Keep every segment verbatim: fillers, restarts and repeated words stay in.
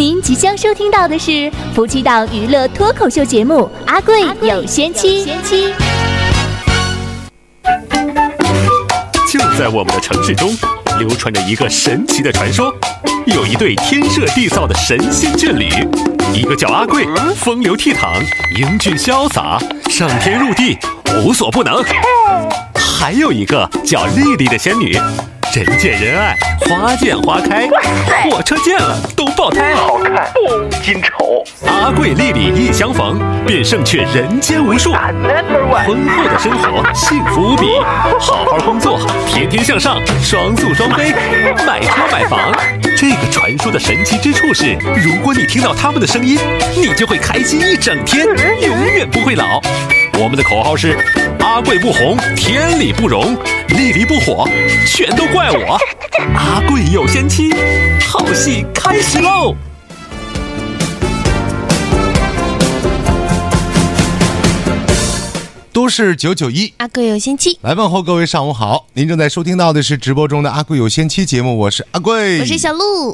您即将收听到的是夫妻档娱乐脱口秀节目《阿贵有仙妻》。 就在我们的城市中，流传着一个神奇的传说，有一对天设地造的神仙眷侣，一个叫阿贵，风流倜傥，英俊潇洒，上天入地，无所不能；还有一个叫丽丽的仙女，人见人爱，花见花开，火车见了都爆胎， 好看不金丑。 阿贵丽丽一相逢，便胜却人间无数。婚后的生活幸福无比，好好工作，天天向上，双宿双飞，买车买房。这个传说的神奇之处是，如果你听到他们的声音，你就会开心一整天，永远不会老。我们的口号是：阿贵不红，天理不容；丽丽不火，全都怪我。阿贵有仙妻，好戏开始喽！ 都市九九一， 阿贵有仙妻， 来问候各位上午好，您正在收听到的是直播中的阿贵有仙妻节目，我是阿贵， 我是小鹿。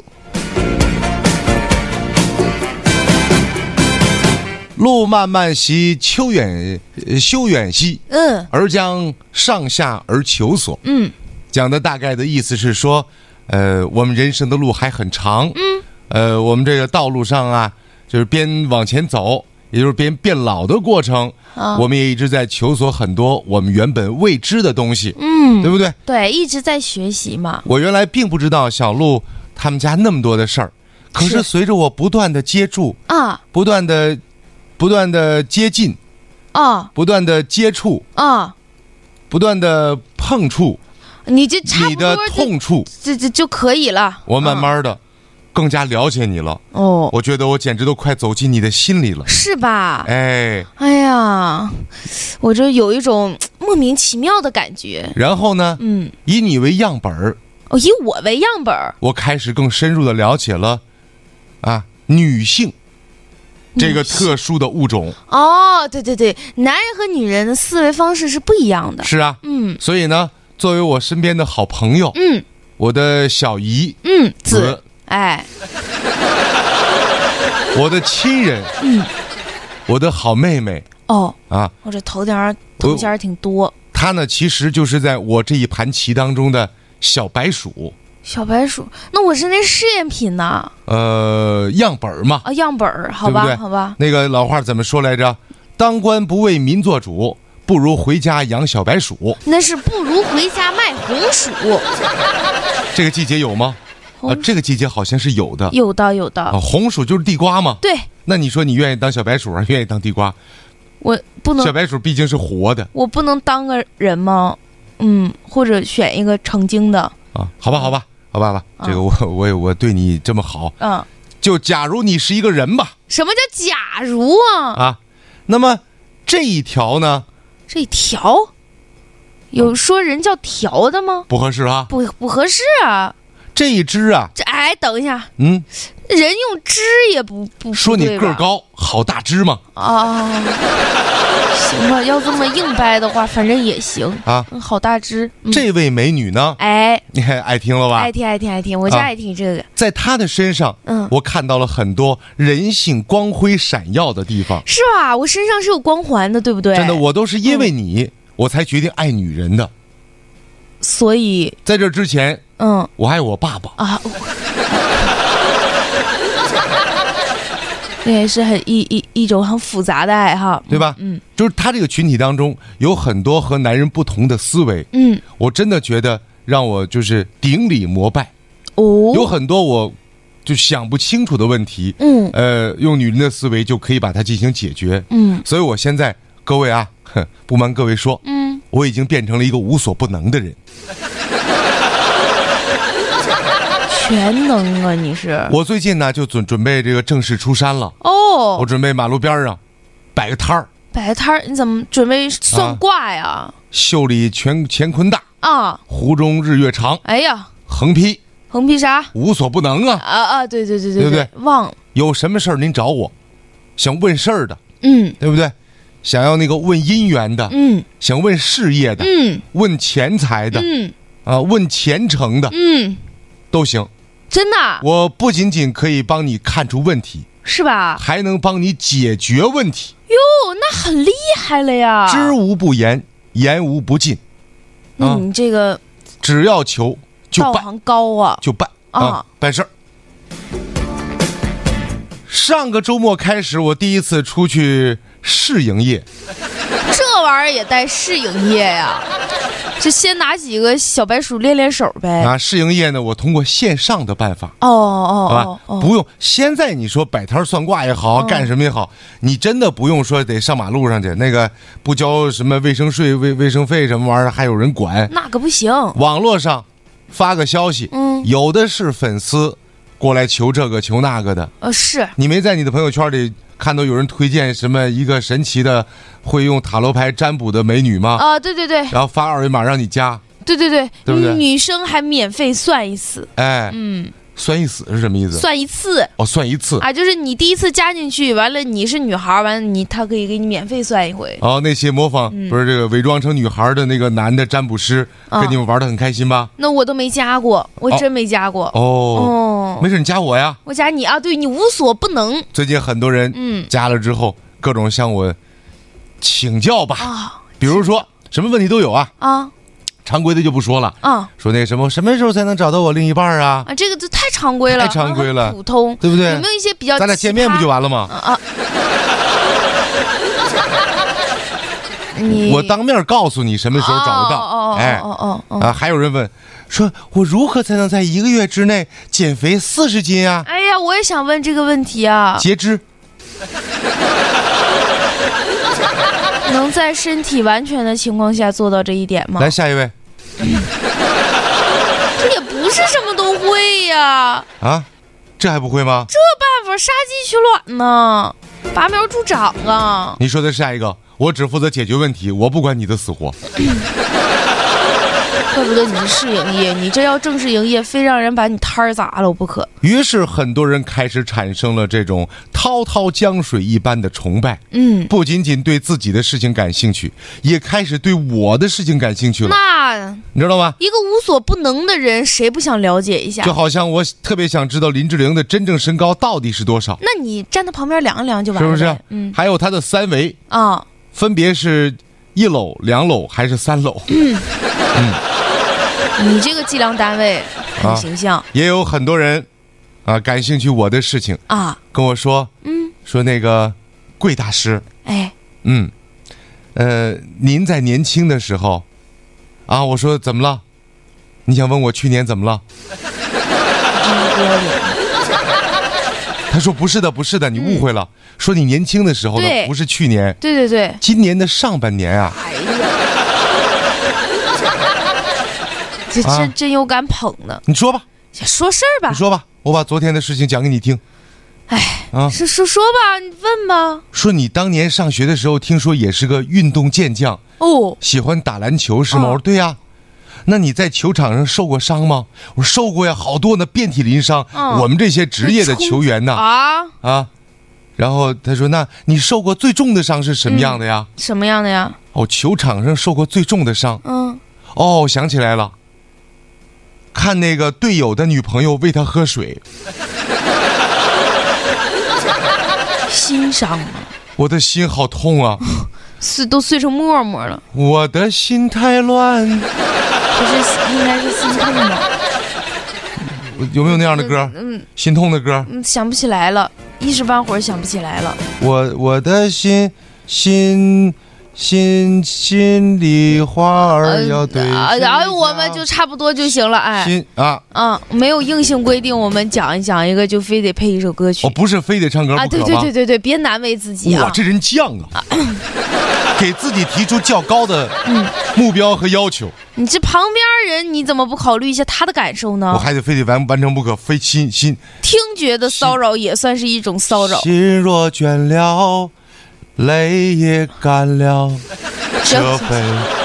路漫漫兮秋远修远兮， 嗯， 而将上下而求索。 嗯， 讲的大概的意思是说，呃，我们人生的路还很长， 嗯， 呃，我们这个道路上啊，就是边往前走，也就是边变老的过程，哦，我们也一直在求索很多我们原本未知的东西， 嗯， 对不对？ 对，一直在学习嘛。 我原来并不知道小鹿他们家那么多的事儿，可是随着我不断的接触啊， 不断的。不断的接近， 啊， 不断的接触， 啊， 不断的碰触， 你这差不多你的痛处， 这这就可以了。 我慢慢的更加了解你了。 哦， 我觉得我简直都快走进你的心里了， 是吧？ 哎， 哎呀，我这有一种莫名其妙的感觉。 然后呢， 嗯， 以你为样本儿， 哦，以我为样本儿， 我开始更深入的了解了，啊，女性。这个特殊的物种哦，对对对，男人和女人的思维方式是不一样的。 是啊， 嗯， 所以呢，作为我身边的好朋友， 嗯， 我的小姨， 嗯， 子， 哎， 我的亲人， 嗯， 我的好妹妹， 哦， 啊， 我这头点头衔挺多。 她呢，其实就是在我这一盘棋当中的小白鼠。 小白鼠，那我是那试验品呢？ 呃，样本嘛。 啊，样本，好吧， 对不对？ 好吧。 那个老话怎么说来着？当官不为民做主，不如回家养小白鼠。 那是不如回家卖红薯。 这个季节有吗？啊，这个季节好像是有的。 有的，有的。 啊，红薯就是地瓜嘛。 对。 那你说你愿意当小白鼠还是愿意当地瓜？ 我不能。 小白鼠毕竟是活的。 我不能当个人吗？嗯，或者选一个成精的。 啊，好吧，好吧。好吧吧，这个我我我对你这么好， 嗯， 就假如你是一个人吧。 什么叫假如啊？ 啊，那么这一条呢？ 这一条有说人叫条的吗？ 不合适啊， 不不合适啊。 这一只啊， 这哎，等一下， 嗯， 人用只也不不说你个儿高，好大只嘛。 啊，行吧，要这么硬掰的话，反正也行啊。 好大只， 嗯、这位美女呢？ 哎， 你看爱听了吧？ 爱听爱听爱听，我就爱听这个。啊、 在她的身上，嗯，我看到了很多人性光辉闪耀的地方， 是吧？我身上是有光环的，对不对？ 真的，我都是因为你，嗯、我才决定爱女人的。 所以， 在这之前， 嗯， 我爱我爸爸啊。这也是很一一一种很复杂的爱哈， 对吧？ 嗯， 就是他这个群体当中有很多和男人不同的思维， 嗯， 我真的觉得让我就是顶礼膜拜。 哦， 有很多我就想不清楚的问题， 嗯， 呃，用女人的思维就可以把它进行解决， 嗯， 所以我现在各位啊，不瞒各位说， 嗯， 我已经变成了一个无所不能的人。 全能啊！你是我最近呢就准准备这个正式出山了哦， 我准备马路边上摆个摊儿， 摆个摊儿，你怎么准备算卦呀？啊、 袖里乾乾坤大啊， 湖中日月长。 哎呀， 横批横批啥？ 无所不能啊！ 啊啊，对对对对对不对？ 忘了。 有什么事儿您找我，想问事儿的， 嗯， 对不对？想要那个问姻缘的， 嗯， 想问事业的， 嗯， 问钱财的， 嗯， 啊，问前程的， 嗯， 都行。 真的？ 我不仅仅可以帮你看出问题， 是吧？ 还能帮你解决问题。 哟，那很厉害了呀！ 知无不言，言无不尽。 那你这个、啊、 只要求就办， 道行高啊， 就办啊，啊办事儿。上个周末开始，我第一次出去试营业。 这玩意儿也带试营业呀？就先拿几个小白鼠练练手呗。 啊，试营业呢，我通过线上的办法。 哦哦哦哦，不用。现在你说摆摊算卦也好，哦、干什么也好，你真的不用说得上马路上去，那个不交什么卫生税、卫卫生费什么玩意儿，还有人管。 那可不行。 网络上发个消息，嗯，有的是粉丝过来求这个求那个的。 呃，是你没在你的朋友圈里看到有人推荐什么一个神奇的会用塔罗牌占卜的美女吗？ 啊、呃，对对对， 然后发二维码让你加， 对对对， 对不对？ 女生还免费算一次， 哎， 嗯， 算一次是什么意思？ 算一次哦，算一次啊，就是你第一次加进去，完了你是女孩，完了你他可以给你免费算一回。 哦，那些模仿、嗯、不是这个伪装成女孩的那个男的占卜师，啊、跟你们玩得很开心吧？ 那我都没加过，我真没加过。 哦哦，没事，你加我呀， 我加你啊，对你无所不能。 最近很多人嗯加了之后，嗯、各种向我请教吧，啊、比如说什么问题都有啊啊。常规的就不说了啊，说那什么什么时候才能找到我另一半啊？ 啊，这个就太常规了， 太常规了， 普通， 对不对？ 有没有一些比较？ 咱俩见面不就完了吗？啊， 你我当面告诉你什么时候找得到。 哦哎哦哦啊，还有人问说，我如何才能在一个月之内减肥四十斤啊？ 哎呀，我也想问这个问题啊。 截肢。 能在身体完全的情况下做到这一点吗？ 来，下一位。 这也不是什么都会呀。 啊，这还不会吗？ 这办法杀鸡取卵呢，拔苗助长啊！ 你说的是下一个，我只负责解决问题，我不管你的死活。 怪不得你是试营业，你这要正式营业，非让人把你摊儿砸了不可。 于是很多人开始产生了这种滔滔江水一般的崇拜，嗯，不仅仅对自己的事情感兴趣，也开始对我的事情感兴趣了。 那你知道吗？ 一个无所不能的人，谁不想了解一下？ 就好像我特别想知道林志玲的真正身高到底是多少。 那你站在旁边量一量就完了， 是不是？嗯，还有它的三围啊， 分别是一搂、两搂还是三搂？嗯嗯。 你这个计量单位很形象，啊、 也有很多人啊感兴趣我的事情啊，跟我说，嗯，说那个贵大师，哎，嗯，呃，您在年轻的时候，啊，我说怎么了？你想问我去年怎么了？他说不是的，不是的，你误会了，嗯、说你年轻的时候呢，不是去年， 对对对， 今年的上半年啊。哎呀。 这真、啊、真有敢捧的， 你说吧， 说事儿吧， 你说吧，我把昨天的事情讲给你听。 哎，啊，说说说吧，你问吧。 说你当年上学的时候，听说也是个运动健将哦，喜欢打篮球是吗？哦、我说对呀、啊。那你在球场上受过伤吗？我说受过呀，好多呢，遍体鳞伤。嗯、我们这些职业的球员呢，啊啊。然后他说：“那你受过最重的伤是什么样的呀？ 嗯、什么样的呀？ 哦，球场上受过最重的伤。嗯，哦，想起来了。”看那个队友的女朋友喂他喝水， 心伤吗？ 我的心好痛啊， 碎都碎成沫沫了。 我的心太乱， 不是应该是心痛吗？ 有没有那样的歌？嗯，心痛的歌？ 嗯，想不起来了，一时半会儿想不起来了。 我我的心心。心心里话儿要对啊， 然后我们就差不多就行了，哎， 心啊， 嗯，没有硬性规定，我们讲一讲一个就非得配一首歌曲， 哦，不是非得唱歌不可吗？ 啊，对对对对对，别难为自己啊！ 哇，这人犟啊，给自己提出较高的目标和要求。 你这旁边人你怎么不考虑一下他的感受呢？ 我还得非得完完成不可，非心心听觉的骚扰也算是一种骚扰。 心若倦了。泪也干了，这杯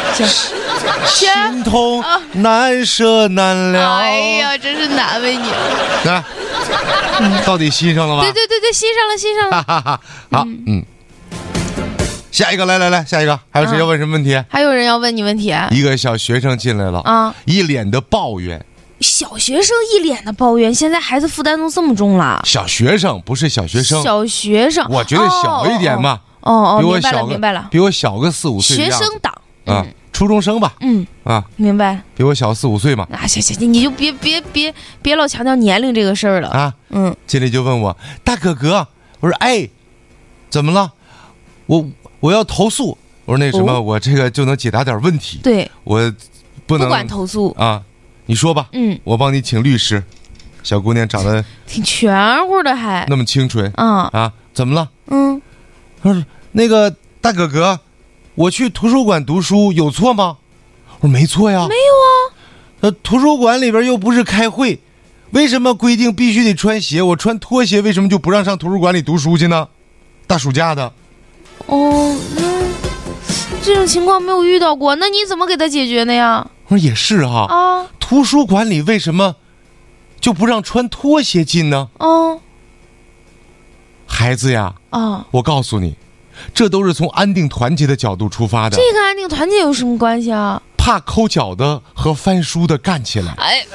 心痛难舍难了。 哎呀，真是难为你了。 啊，到底欣上了吧？ 对对对对，欣上了，欣上了。 哈哈哈。好，嗯，下一个，来来来，下一个，还有谁要问什么问题？ 还有人要问你问题啊？ 一个小学生进来了啊，一脸的抱怨。 小学生一脸的抱怨，现在孩子负担都这么重了。 小学生不是小学生， 小学生， 我觉得小一点嘛。 哦哦， 比我小个， 明白了， 比我小个四五岁。 学生党啊，嗯、初中生吧。 嗯啊， 明白。 比我小四五岁嘛。 啊，行行行，你就别别别别老强调年龄这个事儿了啊。 嗯， 经理就问我大哥哥，我说哎，怎么了？我我要投诉。我说那什么，哦、我这个就能解答点问题。 对， 我不能不管投诉啊，你说吧。 嗯， 我帮你请律师。小姑娘长得挺全乎的，还那么清纯。 啊啊，怎么了？ 嗯， 他说那个大哥哥，我去图书馆读书有错吗？我说没错呀。 没有啊。 呃，图书馆里边又不是开会，为什么规定必须得穿鞋？我穿拖鞋为什么就不让上图书馆里读书去呢？大暑假的。 哦，那这种情况没有遇到过，那你怎么给他解决的呀？ 我说也是哈。 啊， 图书馆里为什么就不让穿拖鞋进呢？ 哦， 孩子呀， 啊， 我告诉你，这都是从安定团结的角度出发的。 这跟安定团结有什么关系啊？ 怕抠脚的和翻书的干起来。 哎，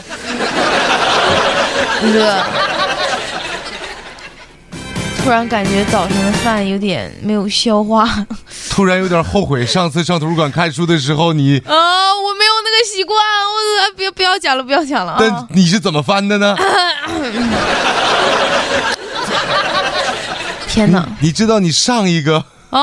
这突然感觉早上的饭有点没有消化， 突然有点后悔上次上图书馆看书的时候你啊、呃，我没有那个习惯，我别不要讲了，不要讲了、啊。 但你是怎么翻的呢？ 天哪！ 你, 你知道你上一个哦，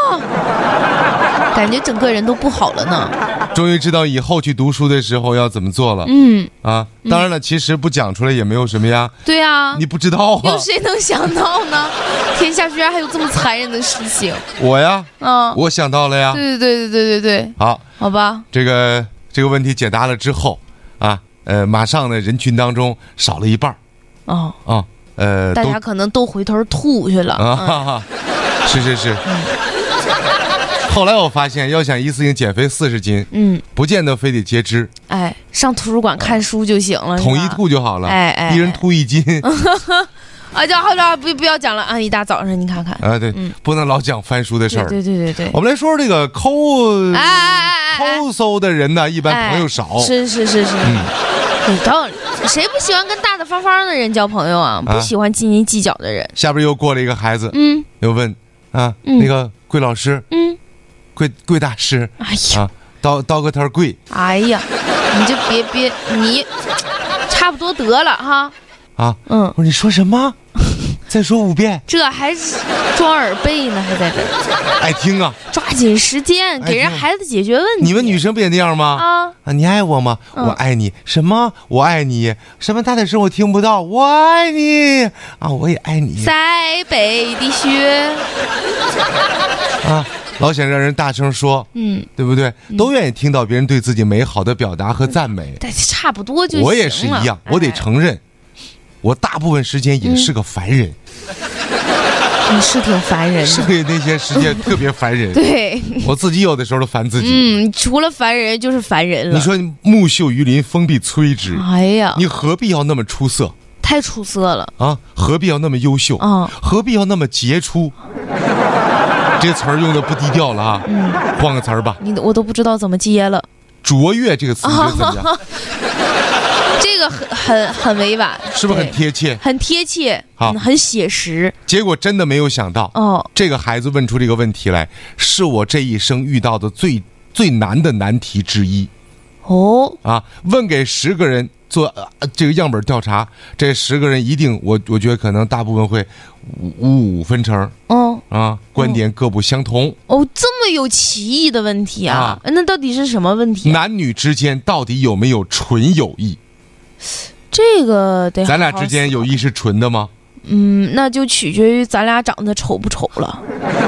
感觉整个人都不好了呢。 终于知道以后去读书的时候要怎么做了。 嗯啊，当然了，嗯、其实不讲出来也没有什么呀。 对啊， 你不知道啊？ 有谁能想到呢？天下居然还有这么残忍的事情。 我呀， 嗯， 我想到了呀。 对对对对对对对。 好， 好吧。 这个这个问题解答了之后，啊，呃，马上呢，人群当中少了一半。 哦啊，呃， 大家可能都回头吐去了。 啊，哈哈，是是是。嗯后来我发现，要想一次性减肥四十斤，嗯，不见得非得截肢， 哎，上图书馆看书就行了， 统一吐就好了， 哎哎， 一人吐一斤。 啊，就好了，不不要讲了啊！一大早上你看看， 啊，对，嗯、不能老讲翻书的事儿。 对对对对对， 我们来说说这个抠， 哎哎哎抠搜的人呢，一般朋友少。 哎、是是是是，嗯，有道理。谁不喜欢跟大大方方的人交朋友啊？不喜欢斤斤计较的人。 下边又过了一个孩子， 嗯， 又问啊，嗯、那个桂老师， 嗯。 贵贵大师， 哎呀， 啊、刀刀个摊贵， 哎呀，你就别别你，差不多得了哈。 啊，嗯，我说你说什么？再说五遍。 这还是装耳背呢，还在这儿。 爱听啊！ 抓紧时间，给人孩子解决问题。 你们女生不也那样吗？ 啊啊，你爱我吗？嗯、我爱你。什么？我爱你。什么大点声我听不到。我爱你啊，我也爱你。 塞北的雪。 啊。老想让人大声说，嗯，对不对？都愿意听到别人对自己美好的表达和赞美。 但差不多就行了。 我也是一样，我得承认，我大部分时间也是个烦人。 你是挺烦人的， 是那些时间特别烦人。 对， 我自己有的时候都烦自己。 嗯，除了烦人就是烦人了。 你说木秀于林，风必摧之。 哎呀， 你何必要那么出色？ 太出色了啊！何必要那么优秀？啊！何必要那么杰出？这词儿用的不低调了啊！嗯，换个词儿吧。 你我都不知道怎么接了。 卓越这个词你觉得怎么样？ 这个很很很委婉， 是不是很贴切？ 很贴切， 好、嗯， 很写实。 结果真的没有想到，哦，这个孩子问出这个问题来，是我这一生遇到的最最难的难题之一。 哦， 啊，问给十个人做、呃、这个样本调查，这十个人一定，我我觉得可能大部分会五五五分成。哦，啊，观点各不相同。 哦，这么有歧义的问题啊？啊那到底是什么问题、啊？ 男女之间到底有没有纯友谊？ 这个得好好咱俩之间友谊是纯的吗？ 嗯，那就取决于咱俩长得丑不丑了。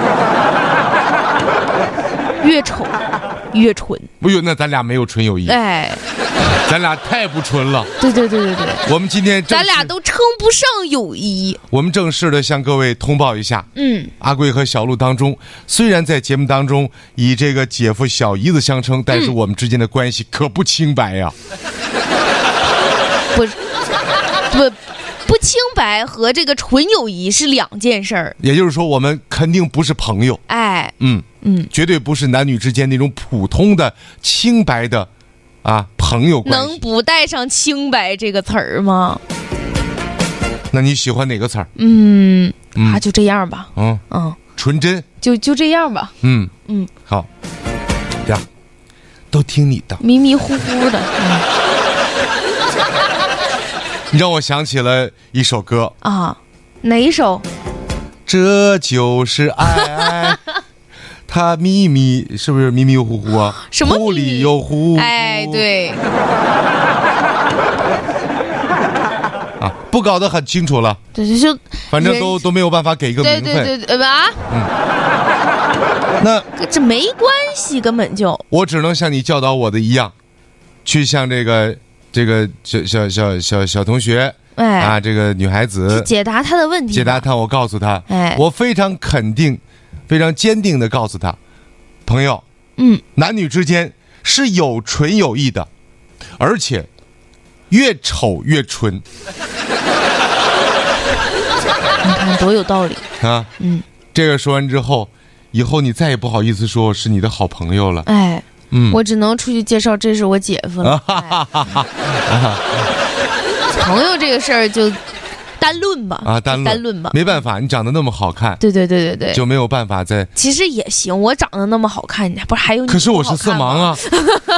越丑越纯。 不哟，那咱俩没有纯友谊。 哎， 咱俩太不纯了。 对对对对对， 我们今天咱俩都称不上友谊。 我们正式的向各位通报一下， 嗯， 阿贵和小鹿当中，虽然在节目当中以这个姐夫小姨子相称，但是我们之间的关系可不清白呀、 啊。不是，不不清白和这个纯友谊是两件事儿。 也就是说，我们肯定不是朋友。 哎， 嗯嗯，绝对不是男女之间那种普通的清白的啊朋友关系。 能不带上清白这个词儿吗？ 那你喜欢哪个词儿？ 嗯，啊，就这样吧。 嗯嗯， 纯真， 就就这样吧。 嗯嗯， 好，呀，都听你的。 迷迷糊糊的。嗯、 你让我想起了一首歌啊，哪一首？ 这就是爱。他迷迷是不是迷迷糊糊啊？ 什么迷迷？ 糊里又糊糊。 哎，对。 啊，不搞得很清楚了。 对，就反正都都没有办法给一个名分。 对对对对啊。 嗯。那这没关系，根本就。 我只能像你教导我的一样，去向这个这个小小小小小同学。哎啊，这个女孩子解答她的问题， 解答她，我告诉她， 哎， 我非常肯定、非常坚定的告诉她，朋友， 嗯， 男女之间是有纯有义的，而且越丑越纯。 你看多有道理啊！ 嗯， 这个说完之后，以后你再也不好意思说我是你的好朋友了。 哎， 嗯， 我只能出去介绍这是我姐夫了。哎朋友这个事儿就单论吧啊，单论单论吧， 没办法，你长得那么好看， 对对对对对， 就没有办法再。 其实也行，我长得那么好看，不是还有你？ 可是我是色盲啊， 这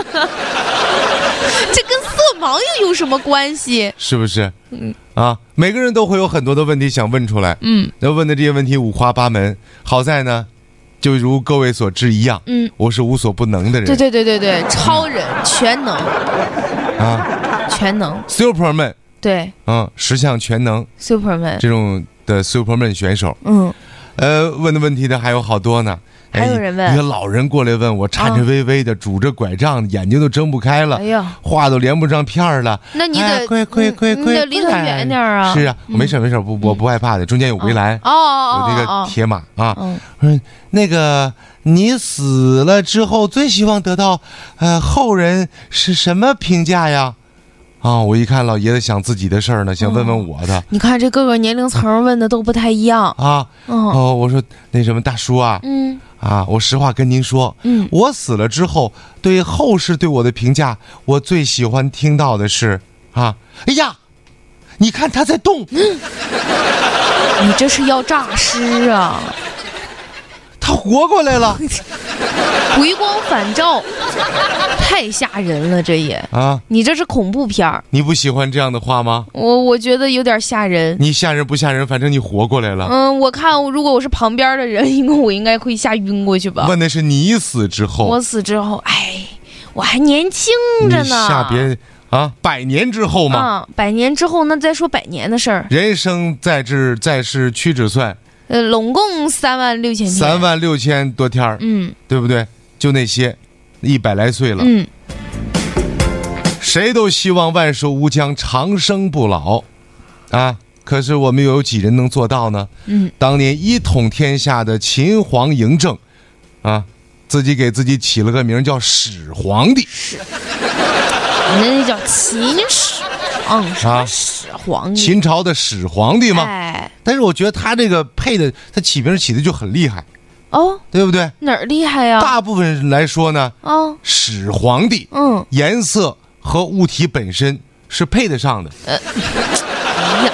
跟色盲又有什么关系？ 是不是？ 嗯啊，每个人都会有很多的问题想问出来， 嗯， 要问的这些问题五花八门。好在呢，就如各位所知一样， 嗯， 我是无所不能的人。 对对对对对，超人全能啊， 全能 ，Superman。 对， 嗯，十项全能 ，Superman 这种的 Superman 选手， 嗯， 呃，问的问题的还有好多呢。 还有人问， 一个老人过来问我，颤颤巍巍的，拄着拐杖，眼睛都睁不开了，哎呀， 话都连不上片儿了。 那你得快快快快， 你得离他远点啊。 是啊，没事没事，不我不害怕的，中间有围栏， 哦哦有这个铁马啊。嗯，那个你死了之后，最希望得到呃后人是什么评价呀？啊！我一看老爷子想自己的事儿呢，想问问我的。 你看这各个年龄层问的都不太一样啊。哦，我说那什么大叔啊， 嗯， 啊，我实话跟您说， 嗯， 我死了之后，对后世对我的评价，我最喜欢听到的是啊，哎呀，你看他在动， 你这是要诈尸啊！ 他活过来了， 回光返照，太吓人了，这也啊！ 你这是恐怖片儿， 你不喜欢这样的话吗？ 我我觉得有点吓人。 你吓人不吓人？反正你活过来了。 嗯，我看如果我是旁边的人，应该我应该会吓晕过去吧。 问的是你死之后， 我死之后，哎，我还年轻着呢。 吓别啊！百年之后嘛， 啊，百年之后那再说百年的事儿。 人生在至，在世屈指算。 呃，拢共三万六千天， 三万六千多天儿， 嗯， 对不对？就那些，一百来岁了， 嗯， 谁都希望万寿无疆、长生不老，啊！可是我们又有几人能做到呢？ 嗯， 当年一统天下的秦皇嬴政，啊，自己给自己起了个名叫始皇帝， 是，那叫秦始皇，什么始皇帝？ 秦朝的始皇帝吗？ 哎， 但是我觉得他这个配的，他起名起的就很厉害。 哦， 对不对？ 哪儿厉害呀？ 大部分人来说呢， 哦， 始皇帝， 嗯， 颜色和物体本身是配得上的。呃，哎呀，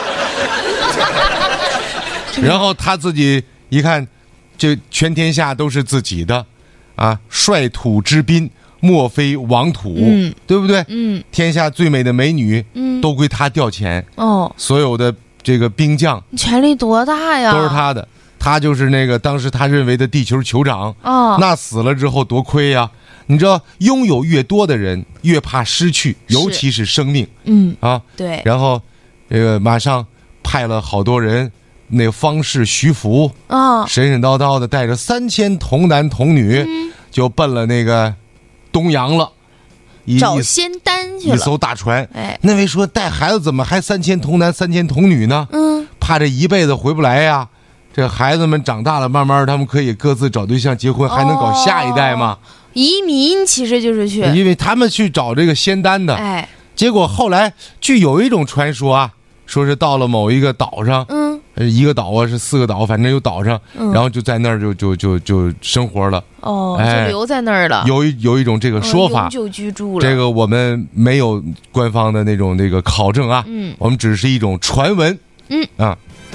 然后他自己一看，这全天下都是自己的，啊，率土之滨，莫非王土， 嗯， 对不对？ 嗯， 天下最美的美女， 嗯， 都归他调遣。 哦， 所有的这个兵将， 权力多大呀？ 都是他的。他就是那个当时他认为的地球酋长， 哦， 那死了之后多亏呀！你知道，拥有越多的人越怕失去，尤其是生命。 嗯啊， 对。 然后，这个马上派了好多人，那个方士徐福啊，神神叨叨的带着三千童男童女，嗯、就奔了那个东洋了， 找仙丹去了。 一艘大船。 哎， 那位说带孩子怎么还三千童男三千童女呢？ 嗯， 怕这一辈子回不来呀。这孩子们长大了，慢慢他们可以各自找对象结婚，还能搞下一代吗？ 哦、移民其实就是去， 因为他们去找这个仙丹的。 哎， 结果后来据有一种传说啊，说是到了某一个岛上， 嗯， 一个岛啊是四个岛，反正有岛上， 嗯、 然后就在那儿就就就就生活了。 哦，哎、就留在那儿了。 有一有一种这个说法， 永久居住了。 这个我们没有官方的那种那个考证啊，嗯，我们只是一种传闻， 嗯啊，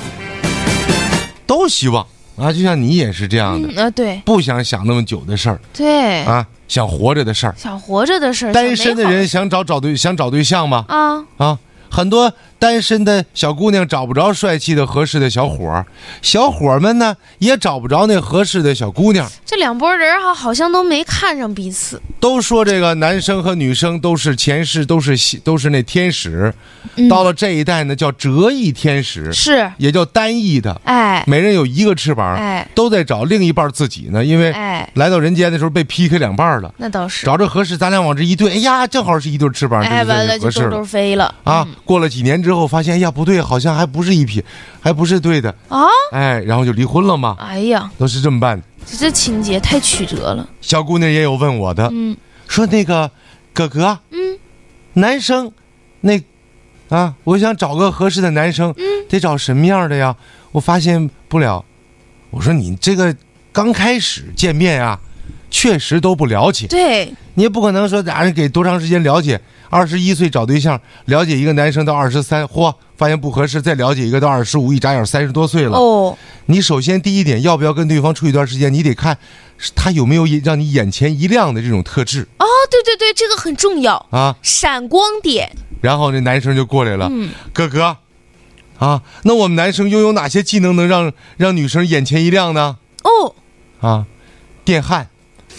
都希望啊，就像你也是这样的、 嗯、啊，对， 不想想那么久的事儿， 对啊，想活着的事儿， 想活着的事儿。 单身的人想找找对想找对象吗？ 啊啊。很多单身的小姑娘找不着帅气的合适的小伙儿，小伙儿们呢也找不着那合适的小姑娘。 这两拨人哈好像都没看上彼此。 都说这个男生和女生都是前世都是都是那天使、嗯，到了这一代呢叫折翼天使， 是也叫单翼的。 哎， 每人有一个翅膀， 哎， 都在找另一半自己呢，因为哎来到人间的时候被劈开两半了。 那倒是。 找着合适，咱俩往这一对，哎呀，正好是一对翅膀， 哎，完了就就兜兜飞了啊、 嗯！ 过了几年之后，发现哎呀不对，好像还不是一匹，还不是对的啊！ 哎，然后就离婚了嘛。 哎呀， 都是这么办的。 这这情节太曲折了。 小姑娘也有问我的， 嗯， 说那个哥哥， 嗯， 男生，那，啊，我想找个合适的男生， 嗯， 得找什么样的呀？我发现不了。我说你这个刚开始见面啊，确实都不了解。 对， 你也不可能说俩人给多长时间了解。二十一岁找对象，了解一个男生到二十三，嚯，发现不合适，再了解一个到二十五，一眨眼三十多岁了。 哦， 你首先第一点，要不要跟对方处一段时间，你得看他有没有让你眼前一亮的这种特质。 哦，对对对，这个很重要啊， 闪光点。 然后那男生就过来了， 嗯， 哥哥，啊，那我们男生拥有哪些技能能让让女生眼前一亮呢？ 哦， 啊，电焊。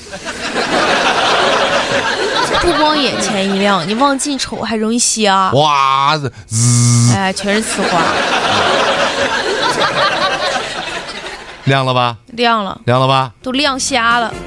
不光眼前一亮，你往近瞅还容易瞎。 哇，滋， 哎，全是呲花。 亮了吧？ 亮了， 亮了吧？ 都亮瞎了。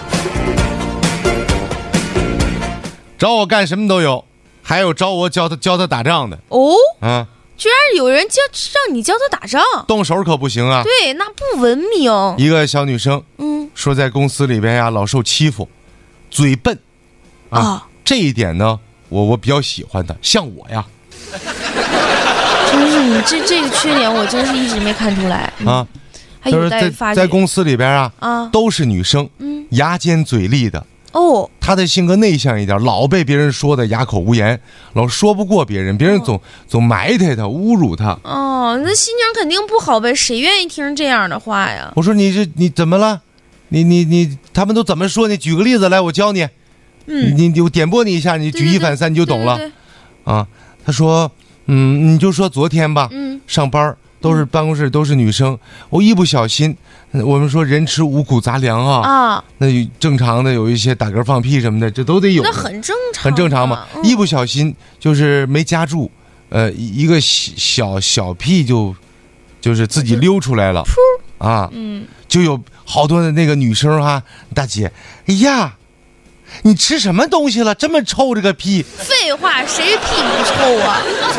找我干什么都有，还有找我教他教他打仗的。 哦， 啊， 居然有人教让你教他打仗， 动手可不行啊。 对，那不文明。 一个小女生， 嗯， 说在公司里边呀老受欺负，嘴笨。啊，哦、这一点呢，我我比较喜欢的，像我呀， 真是你这这个缺点，我真是一直没看出来啊。还有待发掘。 在公司里边啊， 啊， 都是女生， 嗯， 牙尖嘴利的。 哦， 她的性格内向一点，老被别人说的哑口无言，老说不过别人，别人总、哦、总埋汰她，侮辱她。 哦，那心情肯定不好呗，谁愿意听这样的话呀？ 我说你这你怎么了？你你你，他们都怎么说？你举个例子来，我教你。 嗯， 你你我点拨你一下，你举一反三，你就懂了。 对对对啊，他说，嗯，你就说昨天吧， 嗯， 上班都是办公室都是女生，我一不小心，我们说人吃五谷杂粮啊， 啊， 那正常的有一些打嗝放屁什么的，这都得有， 那很正常， 很正常嘛。 嗯、 一不小心就是没夹住，呃，一个小小屁就就是自己溜出来了，啊， 嗯， 就有好多的那个女生哈、啊，大姐，哎呀。你吃什么东西了？这么臭这个屁！ 废话，谁屁不臭啊？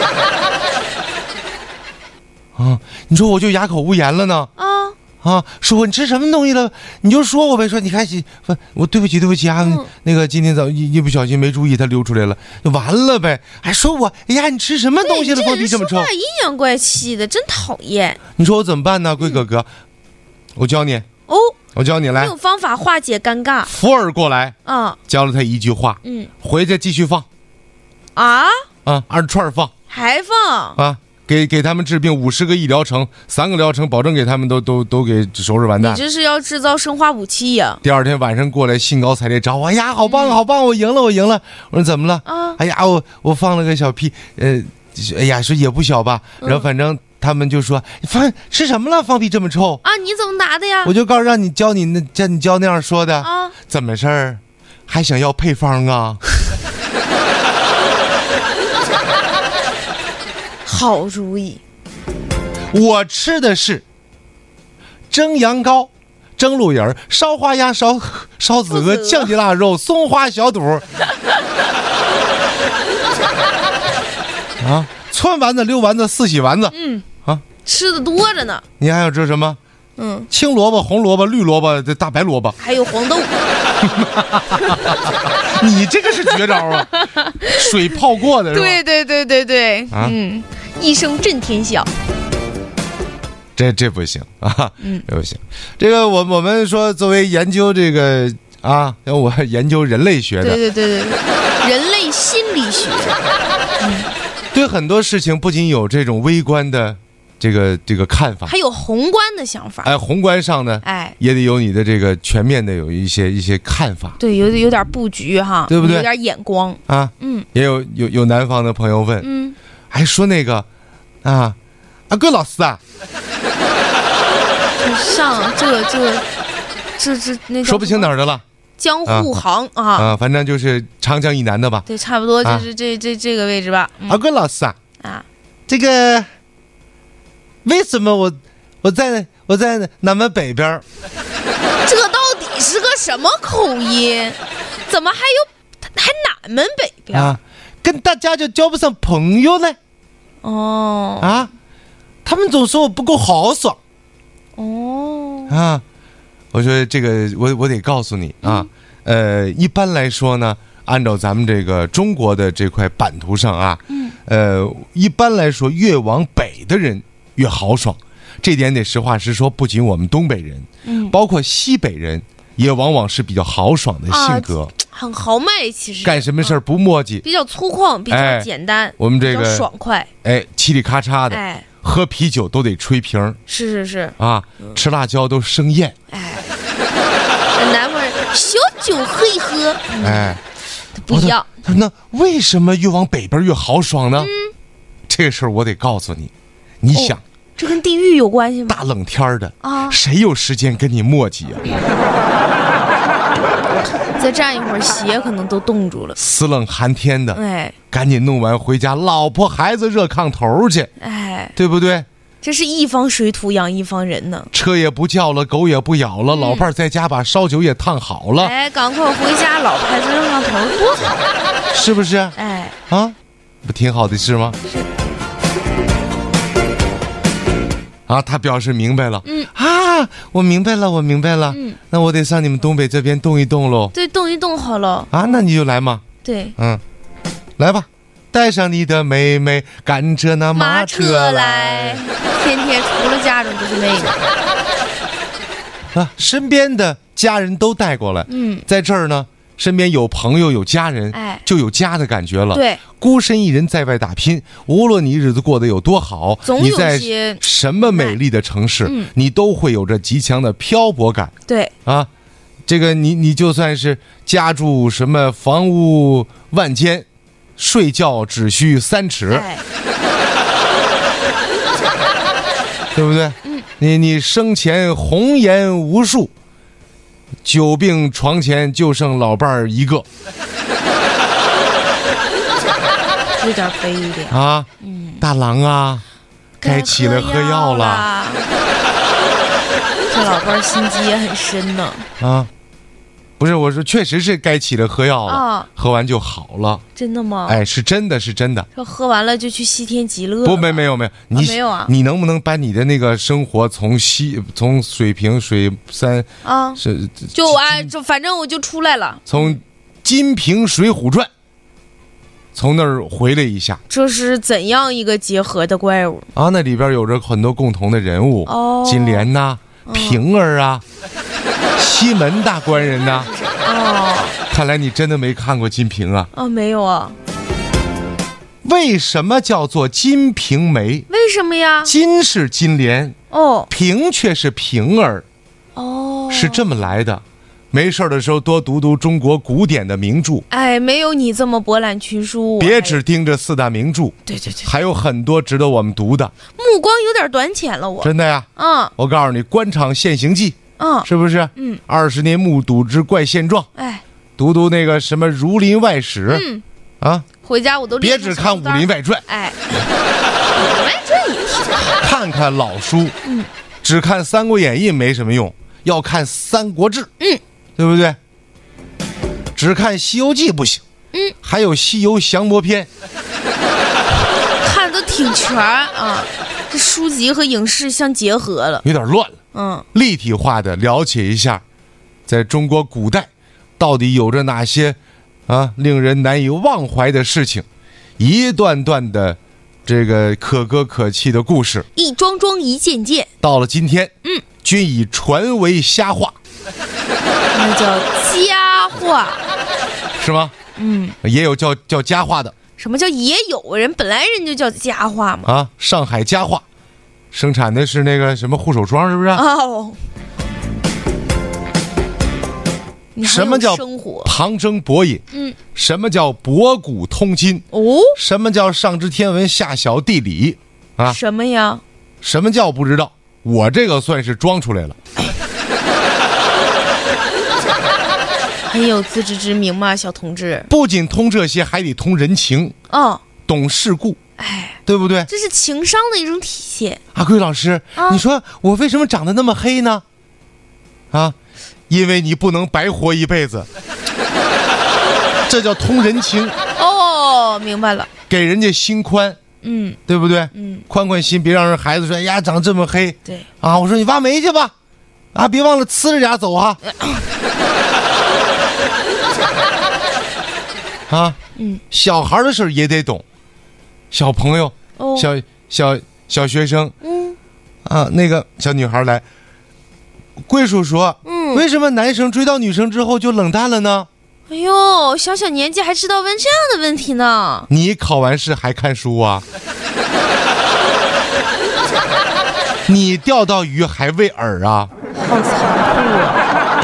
啊，你说我就哑口无言了呢。 啊啊，说你吃什么东西了？你就说我呗。说你看，我对不起对不起啊，嗯、那个今天早一一不小心没注意，它溜出来了，就完了呗。还说我，哎呀，你吃什么东西了？放屁这么臭， 说话阴阳怪气的，真讨厌。 你说我怎么办呢？贵哥哥，我教你。 哦。 我教你来， 有方法化解尴尬。 福尔过来， 嗯， 教了他一句话， 嗯， 回去继续放， 啊啊，二串放， 还放啊，给给他们治病五十个一疗程，三个疗程保证给他们都都都给收拾完蛋。 你这是要制造生化武器呀、啊？ 第二天晚上过来兴高采烈找我，哎呀，好棒、嗯、好棒，我赢了我赢了。我说怎么了？ 啊， 哎呀，我我放了个小屁，呃，哎呀，说也不小吧，然后反正。嗯他们就说：“你放吃什么了？放屁这么臭啊！你怎么拿的呀？” 我就告诉让你教你那叫你教那样说的啊？ 怎么事儿？还想要配方啊？ 好主意！ 我吃的是蒸羊羔、蒸鹿眼、烧花鸭、烧烧子鹅、酱鸡腊肉、松花小肚啊。汆丸子、溜丸子、四喜丸子， 嗯啊， 吃的多着呢。 你还有这什么？ 嗯， 青萝卜、红萝卜、绿萝卜、这大白萝卜， 还有黄豆。 你这个是绝招啊！水泡过的是吧？ 对对对对对， 啊、 嗯，一声震天响。 这这不行啊，嗯，这不行。这个我我们说，作为研究这个啊，我研究人类学的， 对对对对，人类心理学， 嗯，对很多事情不仅有这种微观的这个这个看法， 还有宏观的想法。 哎，宏观上呢， 哎， 也得有你的这个全面的有一些一些看法。 对，有有点布局哈， 对不对？ 有点眼光啊，嗯，也有有有南方的朋友问，嗯，还说那个啊，阿哥老师啊。 上这这这这那说不清哪儿的了， 江户杭啊 啊, 啊，反正就是长江以南的吧？ 对，差不多就是这、啊、这这个位置吧。 阿哥老师啊，啊，这个为什么我我在我在南门北边？ 这到底是个什么口音？怎么还有还南门北边啊？ 跟大家就交不上朋友呢？ 哦啊，他们总说我不够豪爽。 哦啊，我说这个我我得告诉你啊，嗯、呃，一般来说呢，按照咱们这个中国的这块版图上啊，嗯，呃，一般来说越往北的人越豪爽，这点得实话实说。不仅我们东北人，嗯，包括西北人也往往是比较豪爽的性格，啊、 很豪迈，其实干什么事儿不磨叽、 嗯，比较粗犷，比较简单，哎、 我们这个爽快， 哎，嘁里咔嚓的，哎。喝啤酒都得吹瓶， 是是是啊，嗯、吃辣椒都生厌。 哎，南方人小酒喝一喝，嗯、 哎， 不一样。 那为什么越往北边越豪爽呢？嗯、这个事儿我得告诉你，你想、哦， 这跟地域有关系吗？ 大冷天的啊，谁有时间跟你磨叽啊？ 再站一会儿，鞋可能都冻住了。 死冷寒天的， 哎， 赶紧弄完回家，老婆孩子热炕头去， 哎， 对不对？ 这是一方水土养一方人呢。 车也不叫了，狗也不咬了，嗯、老伴儿在家把烧酒也烫好了。 哎，赶快回家，老婆孩子热炕头多好， 是不是？ 哎， 啊，不挺好的事吗？是。啊，他表示明白了。嗯啊，我明白了，我明白了。嗯，那我得上你们东北这边动一动喽。 对，动一动好了。 啊，那你就来嘛。 对， 嗯，来吧，带上你的妹妹，赶着那马车来。 天天除了家人就是那个。啊，身边的家人都带过来。嗯，在这儿呢。身边有朋友有家人，哎，就有家的感觉了。 对， 孤身一人在外打拼，无论你日子过得有多好，你在什么美丽的城市，嗯、你都会有着极强的漂泊感。 对啊，这个你你就算是家住什么房屋万间，睡觉只需三尺，哎、对不对？嗯，你你生前红颜无数。久病床前就剩老伴儿一个， 有点悲一点啊！嗯，大郎啊，该起来喝药了。 这老伴儿心机也很深呢。 啊，不是，我说确实是该起来喝药了，啊、喝完就好了。 真的吗？ 哎，是真的，是真的。 说喝完了就去西天极乐？ 不，没没有没有，你、 啊、没有啊？ 你能不能把你的那个生活从西从水平水山啊，是就啊，就反正我就出来了。 从金瓶水浒传，从那儿回来一下。 这是怎样一个结合的怪物啊？那里边有着很多共同的人物，哦，金莲呐、啊，平儿啊。西门大官人呐、啊，哦，看来你真的没看过《金瓶》啊？ 哦，没有啊。 为什么叫做《金瓶梅》？ 为什么呀？ 金是金莲，哦，瓶却是平儿， 哦， 是这么来的。没事的时候多读读中国古典的名著。 哎，没有你这么博览群书。 别只盯着四大名著。 对对对， 还有很多值得我们读的。 目光有点短浅了，我。 真的呀。 嗯。 我告诉你，《官场现形记》。 嗯， 是不是？嗯，二十年目睹之怪现状。哎，读读那个什么《儒林外史》。嗯，啊， 回家我都别只看《武林外传》。 哎，《武林外传》也挺好。 看看老书。嗯，只看《三国演义》没什么用，要看《三国志》。嗯，对不对？只看《西游记》不行。嗯，还有《西游降魔篇》。 看得挺全啊，这书籍和影视相结合了， 有点乱了。 嗯， 立体化的了解一下，在中国古代到底有着哪些啊令人难以忘怀的事情，一段段的这个可歌可泣的故事， 一桩桩一件件， 到了今天， 嗯， 均已传为瞎话， 那叫佳话， 是吗？ 嗯， 也有叫叫佳话的。 什么叫也有人？本来人就叫佳话嘛。 啊，上海佳话，生产的是那个什么护手霜，是不是？ 哦。 什么叫旁征博引？嗯，什么叫博古通今？哦，什么叫上知天文下晓地理？啊， 什么呀？ 什么叫不知道？我这个算是装出来了。 很有自知之明嘛，小同志。 不仅通这些，还得通人情，哦，懂世故，哎，对不对？ 这是情商的一种体现。 阿贵老师，啊，你说我为什么长得那么黑呢？啊，因为你不能白活一辈子，这叫通人情。 哦，明白了。给人家心宽，嗯，对不对？嗯，宽宽心，别让人孩子说，哎呀，长这么黑。 对啊，我说你挖煤去吧，啊，别忘了呲着俩走哈。啊，嗯，小孩的事也得懂，小朋友，哦，小小小学生，嗯，啊，那个小女孩来，贵叔说，嗯，为什么男生追到女生之后就冷淡了呢？ 哎呦，小小年纪还知道问这样的问题呢？ 你考完试还看书啊？你钓到鱼还喂饵啊？ 好残酷啊！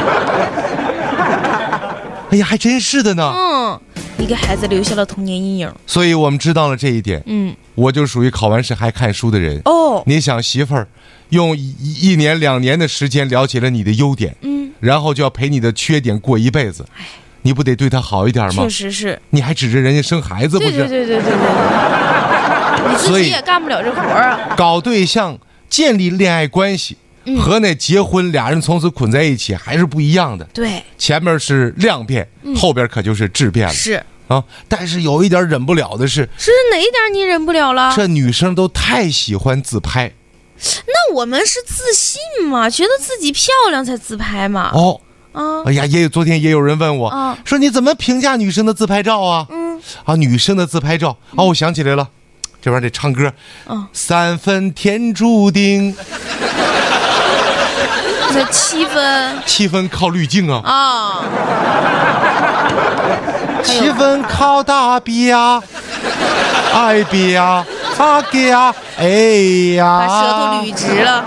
哎呀，还真是的呢。 嗯。你给孩子留下了童年阴影， 所以我们知道了这一点。嗯，我就属于考完试还看书的人。哦，你想媳妇儿用一一年两年的时间了解了你的优点，嗯，然后就要陪你的缺点过一辈子，你不得对她好一点吗？ 确实是。 你还指着人家生孩子不是？ 对对对对对对。你自己也干不了这活啊。 搞对象、建立恋爱关系。嗯，和那结婚俩人从此捆在一起还是不一样的。 对， 前面是量变，嗯，后边可就是质变了。 是啊，但是有一点忍不了的是， 是哪一点你忍不了了？ 这女生都太喜欢自拍。 那我们是自信嘛，觉得自己漂亮才自拍嘛。 哦，啊，哎呀，也有昨天也有人问我，啊，说你怎么评价女生的自拍照啊？嗯，啊，女生的自拍照，嗯，哦，我想起来了，这玩意儿得唱歌。嗯，三分天注定。 那七分， 七分靠滤镜啊！ 啊， 七分靠大笔呀，哎笔呀，啊给呀，哎呀， 把舌头捋直了，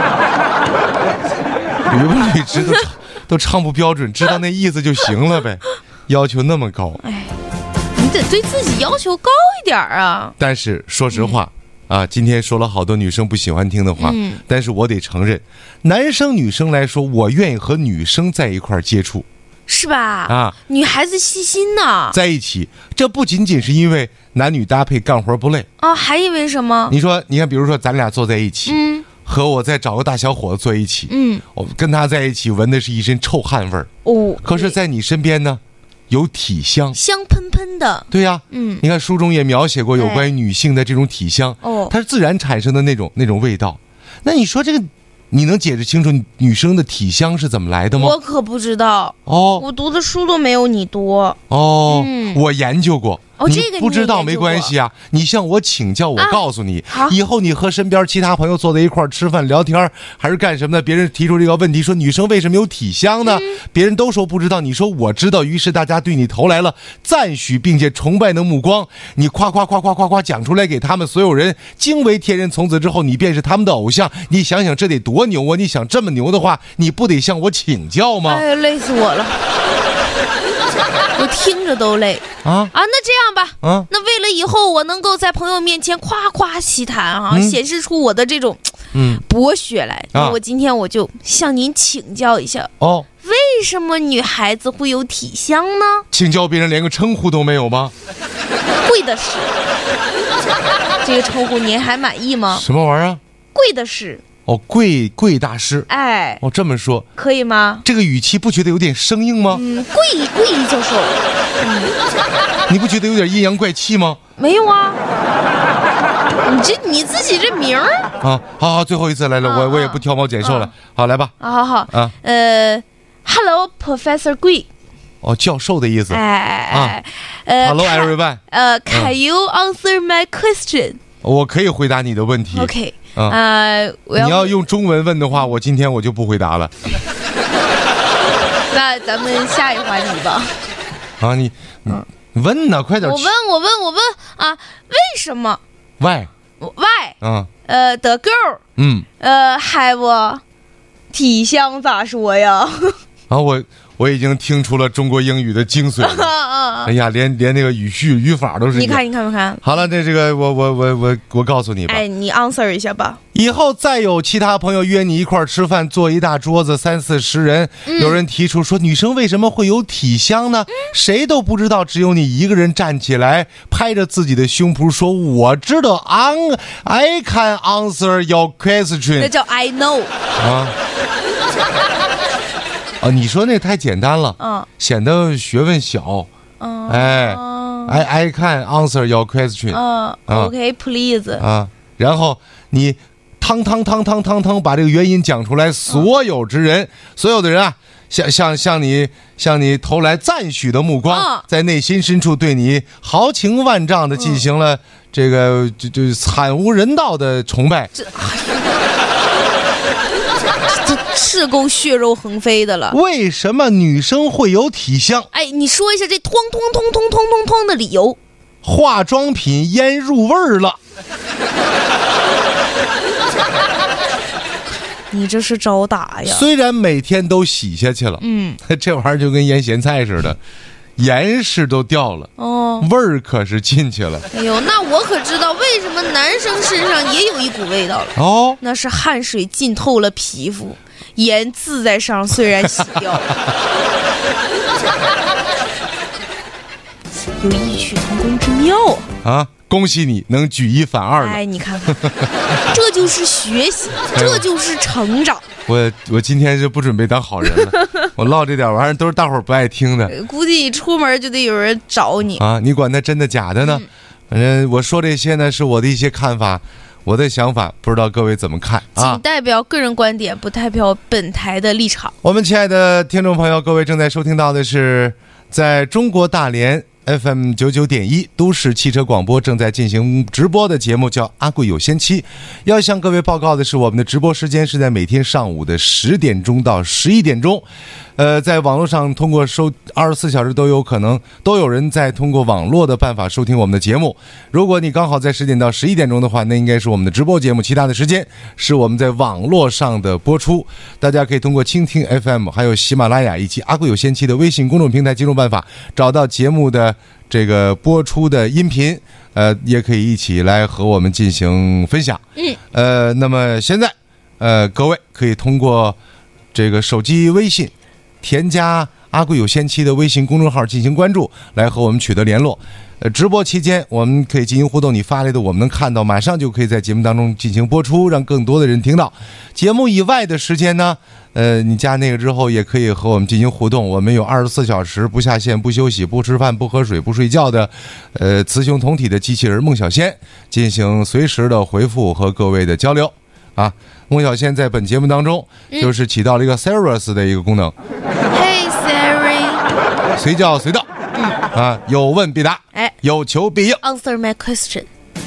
捋不捋直都都唱不标准，知道那意思就行了呗，要求那么高，哎， 你得对自己要求高一点啊。 但是说实话。嗯啊，今天说了好多女生不喜欢听的话，嗯，但是我得承认，男生女生来说，我愿意和女生在一块儿接触， 是吧？啊，女孩子细心呢， 在一起，这不仅仅是因为男女搭配干活不累啊，还因为什么？ 你说，你看，比如说咱俩坐在一起，嗯，和我再找个大小伙子坐一起，嗯，我跟他在一起闻的是一身臭汗味儿，哦，可是在你身边呢？有体香， 香喷喷的。 对呀，嗯，你看书中也描写过有关于女性的这种体香，哦，它是自然产生的那种那种味道。那你说这个，你能解释清楚女生的体香是怎么来的吗？ 我可不知道哦，我读的书都没有你多哦，嗯，我研究过。哦，这个你不知道没关系啊，你向我请教，我告诉你，啊，以后你和身边其他朋友坐在一块儿吃饭聊天，还是干什么的？别人提出这个问题，说女生为什么有体香呢？嗯，别人都说不知道，你说我知道，于是大家对你投来了赞许并且崇拜的目光，你夸夸夸夸夸夸讲出来给他们所有人惊为天人，从此之后你便是他们的偶像。你想想这得多牛啊！你想这么牛的话，你不得向我请教吗？ 哎，累死我了。我听着都累啊啊！那这样吧，啊，那为了以后我能够在朋友面前夸夸其谈啊，嗯，显示出我的这种嗯博学来，啊，我今天我就向您请教一下哦，为什么女孩子会有体香呢？ 请教别人连个称呼都没有吗？ 贵的是，这个称呼您还满意吗？ 什么玩意儿？ 贵的是。 哦，贵贵大师， 哎， 哦，这么说可以吗？ 这个语气不觉得有点生硬吗？ 嗯，贵贵教授，嗯， 你不觉得有点阴阳怪气吗？ 没有啊，你这你自己这名儿啊，好好，最后一次来了，啊，我我也不挑毛拣瘦了，啊，好来吧， 啊，好好啊，呃 ，Hello Professor Gui， 哦，教授的意思， 哎，啊， 呃 ，Hello everyone， 呃 ，Can you answer my question？ 我可以回答你的问题。 OK， 啊、呃， 你要用中文问的话，我今天我就不回答了。 那咱们下一话题吧。 啊，你，嗯，问呢，快点。 我问，我问，我问啊，为什么 ？Why？ Why？ 啊， 呃 ，the girl， 嗯， 呃 ，have 体香咋说呀？ 啊，我我已经听出了中国英语的精髓了。哎呀，连连那个语序语法都是。 你看，你看，你看。 好了，这这个我我我我我告诉你吧。 哎，你 answer 一下吧。 以后再有其他朋友约你一块儿吃饭，坐一大桌子三四十人，嗯、有人提出说女生为什么会有体香呢？嗯、谁都不知道，只有你一个人站起来，拍着自己的胸脯说：“我知道 ，I can answer your question。” 那叫 I know 啊。啊，你说那太简单了，嗯，显得学问小，嗯，哎 ，I I can answer your question， 嗯 ，OK please， 啊，然后你汤汤汤汤汤汤把这个原因讲出来，所有之人，嗯、所有的人啊，向向向你向你投来赞许的目光，嗯、在内心深处对你豪情万丈的进行了这个就就惨无人道的崇拜。这是够血肉横飞的了。 为什么女生会有体香？ 哎，你说一下这通通通通通通通的理由。 化妆品腌入味儿了。 你这是招打呀！ 虽然每天都洗下去了，嗯，这玩意儿就跟腌咸菜似的，盐是都掉了，哦，味儿可是进去了。 哎呦，那我可知道为什么男生身上也有一股味道了。哦，那是汗水浸透了皮肤。盐渍在上，虽然洗掉了，有异曲同工之妙啊！啊，恭喜你能举一反二了。 哎，你看看，这就是学习，这就是成长。 我我今天就不准备当好人了，我唠这点玩意儿都是大伙儿不爱听的。 估计你出门就得有人找你啊！你管他真的假的呢？反正、嗯、我说这些呢是我的一些看法。我的想法不知道各位怎么看啊？ 仅代表个人观点，不代表本台的立场。 我们亲爱的听众朋友，各位正在收听到的是在中国大连 F M 九九点一都市汽车广播正在进行直播的节目，叫阿贵有仙妻。要向各位报告的是，我们的直播时间是在每天上午的十点钟到十一点钟。呃，在网络上通过收二十四小时都有可能都有人在通过网络的办法收听我们的节目。如果你刚好在十点到十一点钟的话，那应该是我们的直播节目，其他的时间是我们在网络上的播出。大家可以通过蜻蜓 F M 还有喜马拉雅以及阿贵有仙妻的微信公众平台几种办法找到节目的这个播出的音频，呃，也可以一起来和我们进行分享。嗯，呃，那么现在，呃，各位可以通过这个手机微信添加阿贵有仙妻的微信公众号进行关注，来和我们取得联络。呃，直播期间我们可以进行互动，你发来的我们能看到，马上就可以在节目当中进行播出，让更多的人听到。节目以外的时间呢，呃，你加那个之后也可以和我们进行互动。我们有二十四小时不下线、不休息、不吃饭、不喝水、不睡觉的，呃，雌雄同体的机器人孟小仙，进行随时的回复和各位的交流。啊，孟小仙在本节目当中就是起到了一个 Serious 的一个功能。 Hey Siri， 随叫随到，嗯啊，有问必答，哎，有求必应。 Answer my question。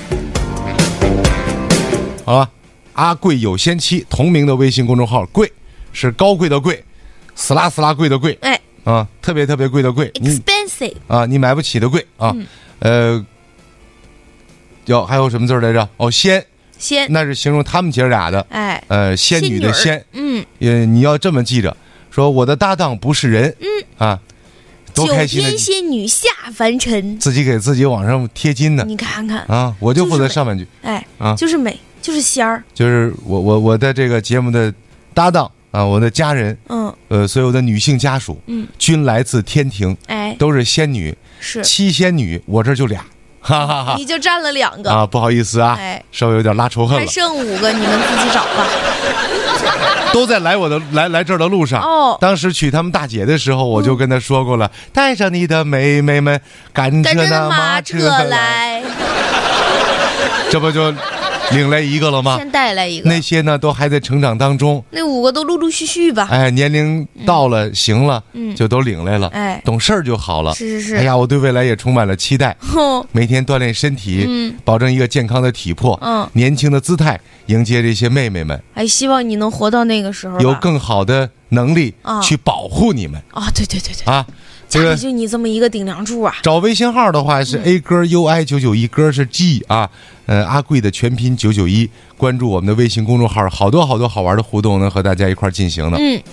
好了，阿贵有仙妻同名的微信公众号，贵是高贵的贵，死拉死拉贵的贵，哎，啊，特别特别贵的贵 ，expensive 啊，你买不起的贵啊，嗯、呃，有还有什么字来着？哦，仙。 仙， 那是形容他们姐俩的，哎，呃，仙女的仙，嗯，呃，你要这么记着，说我的搭档不是人，嗯啊，多开心！ 九天仙女下凡尘， 自己给自己往上贴金呢， 你看看啊，我就负责上半句， 哎啊，就是美，就是仙儿， 就是我我我的这个节目的搭档啊，我的家人，嗯，呃，所有的女性家属，嗯，均来自天庭，哎，都是仙女，是七仙女，我这就俩。哈哈哈， 你就占了两个啊，不好意思啊，哎，稍微有点拉仇恨了， 还剩五个，你们自己找吧。 都在来我的来来这儿的路上。哦，当时娶他们大姐的时候，我就跟他说过了，嗯、带着你的妹妹们赶着那马车来。这不就领来一个了吗？ 先带来一个。 那些呢都还在成长当中， 那五个都陆陆续续吧。 哎，年龄到了，嗯、行了， 嗯， 就都领来了。 哎， 懂事儿就好了。 是是是。 哎呀，我对未来也充满了期待。哦、每天锻炼身体，嗯，保证一个健康的体魄，嗯，年轻的姿态，迎接这些妹妹们。 哎，希望你能活到那个时候， 有更好的能力去保护你们。 啊，对对对对。 啊。 这个就你这么一个顶梁柱啊！ 找微信号的话是 A 歌 U I 九九一，歌是 G 啊，呃阿贵的全拼九九一，关注我们的微信公众号，好多好多好玩的互动能和大家一块进行的。嗯。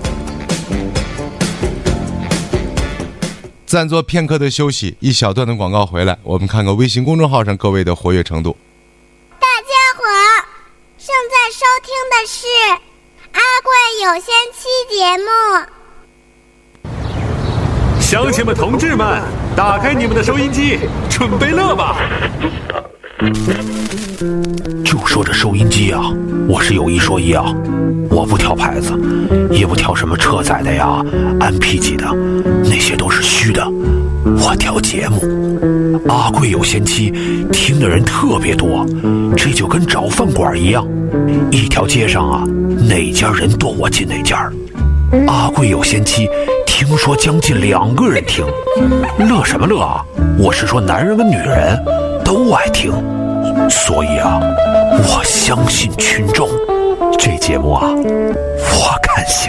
暂作片刻的休息，一小段的广告回来，我们看看微信公众号上各位的活跃程度。 大家好，正在收听的是阿贵有仙妻节目。 乡亲们同志们，打开你们的收音机，准备乐吧。 就说这收音机啊，我是有一说一啊，我不挑牌子，也不挑什么车载的呀 M P 级的，那些都是虚的，我挑节目。阿贵有仙妻听的人特别多，这就跟找饭馆一样，一条街上啊，哪家人多我进哪家。阿贵有仙妻听说将近两个人听，乐什么乐啊？我是说男人跟女人都爱听，所以啊，我相信群众，这节目啊，我看行。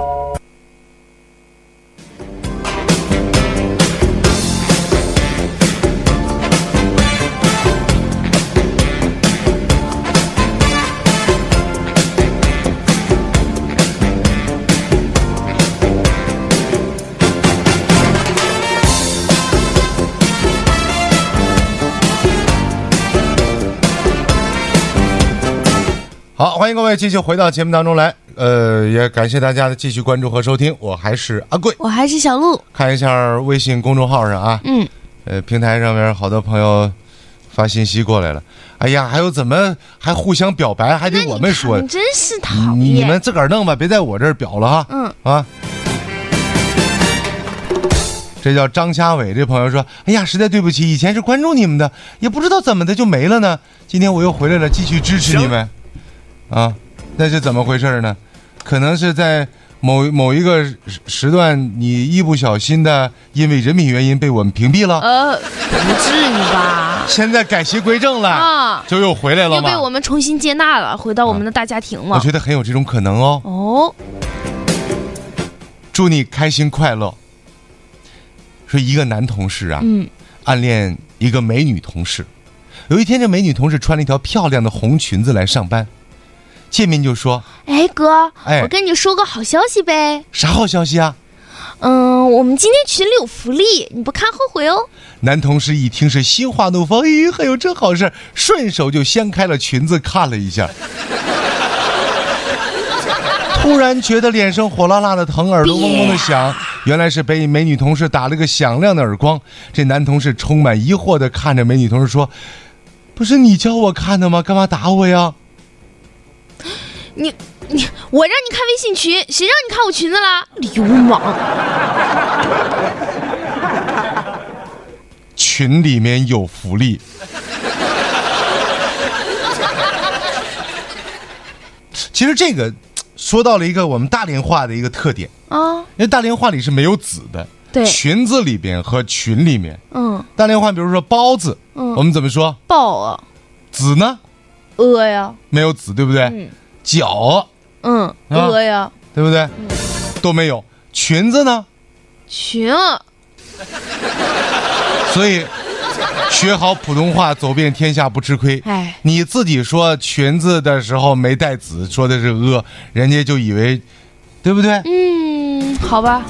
好，欢迎各位继续回到节目当中来，呃，也感谢大家的继续关注和收听，我还是阿贵， 我还是小鹿。 看一下微信公众号上啊，嗯，呃，平台上面好多朋友发信息过来了，哎呀，还有怎么还互相表白，还得我们说， 你真是讨厌， 你你们自个儿弄吧，别在我这儿表了哈，嗯啊。这叫张家伟，这朋友说：“哎呀，实在对不起，以前是关注你们的，也不知道怎么的就没了呢。今天我又回来了，继续支持你们。啊，那是怎么回事呢？可能是在某某一个时段，你一不小心的因为人品原因被我们屏蔽了。呃， 不至于吧？ 现在改邪归正了啊，就又回来了吗？ 又被我们重新接纳了，回到我们的大家庭了。 啊，我觉得很有这种可能哦。哦，祝你开心快乐。”说一个男同事啊，嗯，暗恋一个美女同事。有一天，这美女同事穿了一条漂亮的红裙子来上班，见面就说：“ 哎哥，哎，我跟你说个好消息呗。” 啥好消息啊？ 嗯，我们今天群里有福利，你不看后悔哦。 男同事一听是心花怒放，哎，还有这好事，顺手就掀开了裙子看了一下。突然觉得脸上火辣辣的疼，耳朵嗡嗡的响，原来是被美女同事打了个响亮的耳光。这男同事充满疑惑的看着美女同事说：“不是你教我看的吗？干嘛打我呀？” 你你我让你看微信群，谁让你看我裙子啦？流氓！ 群里面有福利。其实这个说到了一个我们大连话的一个特点啊，因为大连话里是没有子的， 对， 裙子里边和群里面，嗯，大连话比如说包子，嗯，我们怎么说？ 包啊， 子呢？ 鹅呀，没有子，对不对？嗯，脚， 嗯，鹅呀， 对不对？嗯，都没有。裙子呢？ 裙。 所以学好普通话，走遍天下不吃亏。哎，你自己说裙子的时候没带子，说的是鹅，人家就以为，对不对？ 嗯，好吧。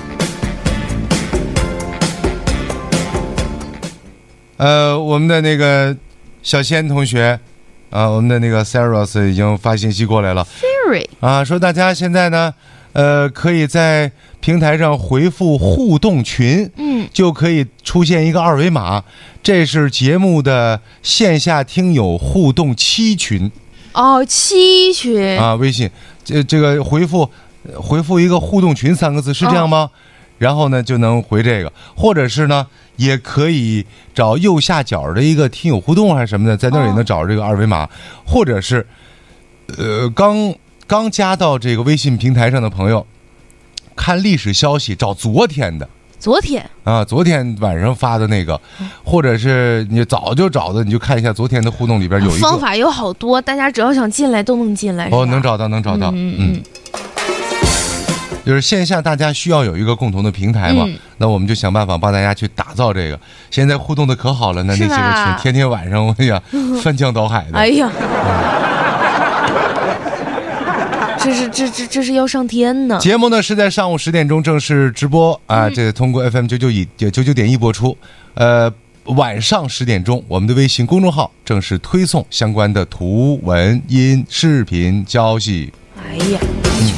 呃，我们的那个小仙同学，啊，我们的那个 Sarah 已经发信息过来了。 Siri 啊，说大家现在呢，呃，可以在平台上回复互动群，嗯，就可以出现一个二维码，这是节目的线下听友互动七群。 哦，七群啊，微信这这个回复回复一个互动群三个字是这样吗？哦， 然后呢就能回这个，或者是呢也可以找右下角的一个听友互动还是什么的，在那儿也能找这个二维码，哦、或者是呃刚刚加到这个微信平台上的朋友，看历史消息找昨天的。 昨天啊，昨天晚上发的那个，或者是你早就找的，你就看一下昨天的互动里边有一个方法有好多，大家只要想进来都能进来。 哦，能找到，能找到， 嗯嗯。 就是线下大家需要有一个共同的平台嘛，嗯、那我们就想办法帮大家去打造这个。现在互动的可好了呢，那几个群天天晚上我呀翻江倒海的。 哎呀。嗯这是这这这是要上天呢！ 节目呢是在上午十点钟正式直播啊，嗯、这个通过 F M 九九一九九点一播出。呃，晚上十点钟，我们的微信公众号正式推送相关的图文、音、视频消息。 哎呀，嗯、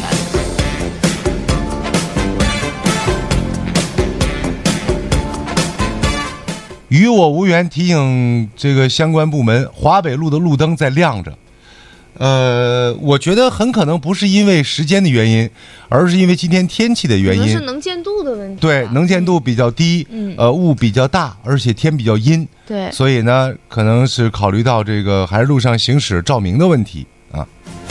与我无缘提醒这个相关部门，华北路的路灯在亮着。呃，我觉得很可能不是因为时间的原因，而是因为今天天气的原因，可能是能见度的问题。 对，能见度比较低，嗯，呃，雾比较大，而且天比较阴， 对， 所以呢，可能是考虑到这个还是路上行驶照明的问题啊。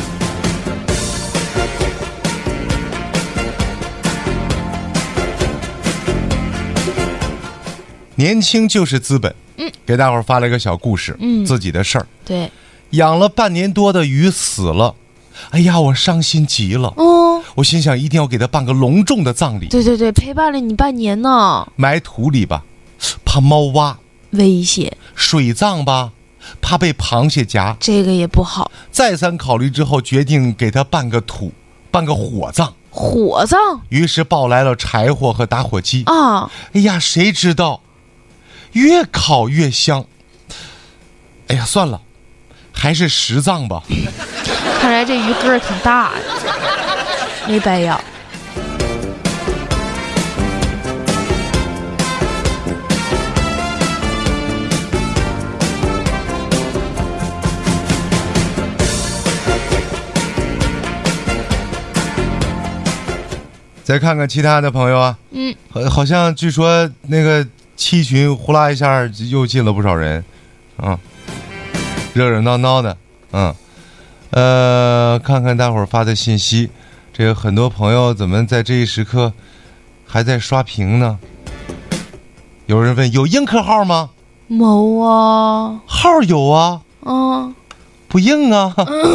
年轻就是资本，嗯，给大伙儿发了一个小故事，嗯，自己的事儿， 对。 养了半年多的鱼死了，哎呀，我伤心极了。哦，我心想一定要给他办个隆重的葬礼。 对对对，陪伴了你半年呢。 埋土里吧，怕猫挖， 危险； 水葬吧，怕被螃蟹夹， 这个也不好。 再三考虑之后，决定给他办个土，办个火葬。 火葬？ 于是抱来了柴火和打火机啊。 哎呀，谁知道，越烤越香。哎呀，算了。还是实葬吧。 看来这鱼个儿挺大呀，没白养。 再看看其他的朋友啊，嗯，好像据说那个七群呼啦一下又进了不少人，啊。热热闹闹的，嗯，呃，看看大伙儿发的信息，这个很多朋友怎么在这一时刻还在刷屏呢？有人问有映客号吗？ 没啊。 号有啊。 嗯。 不映啊。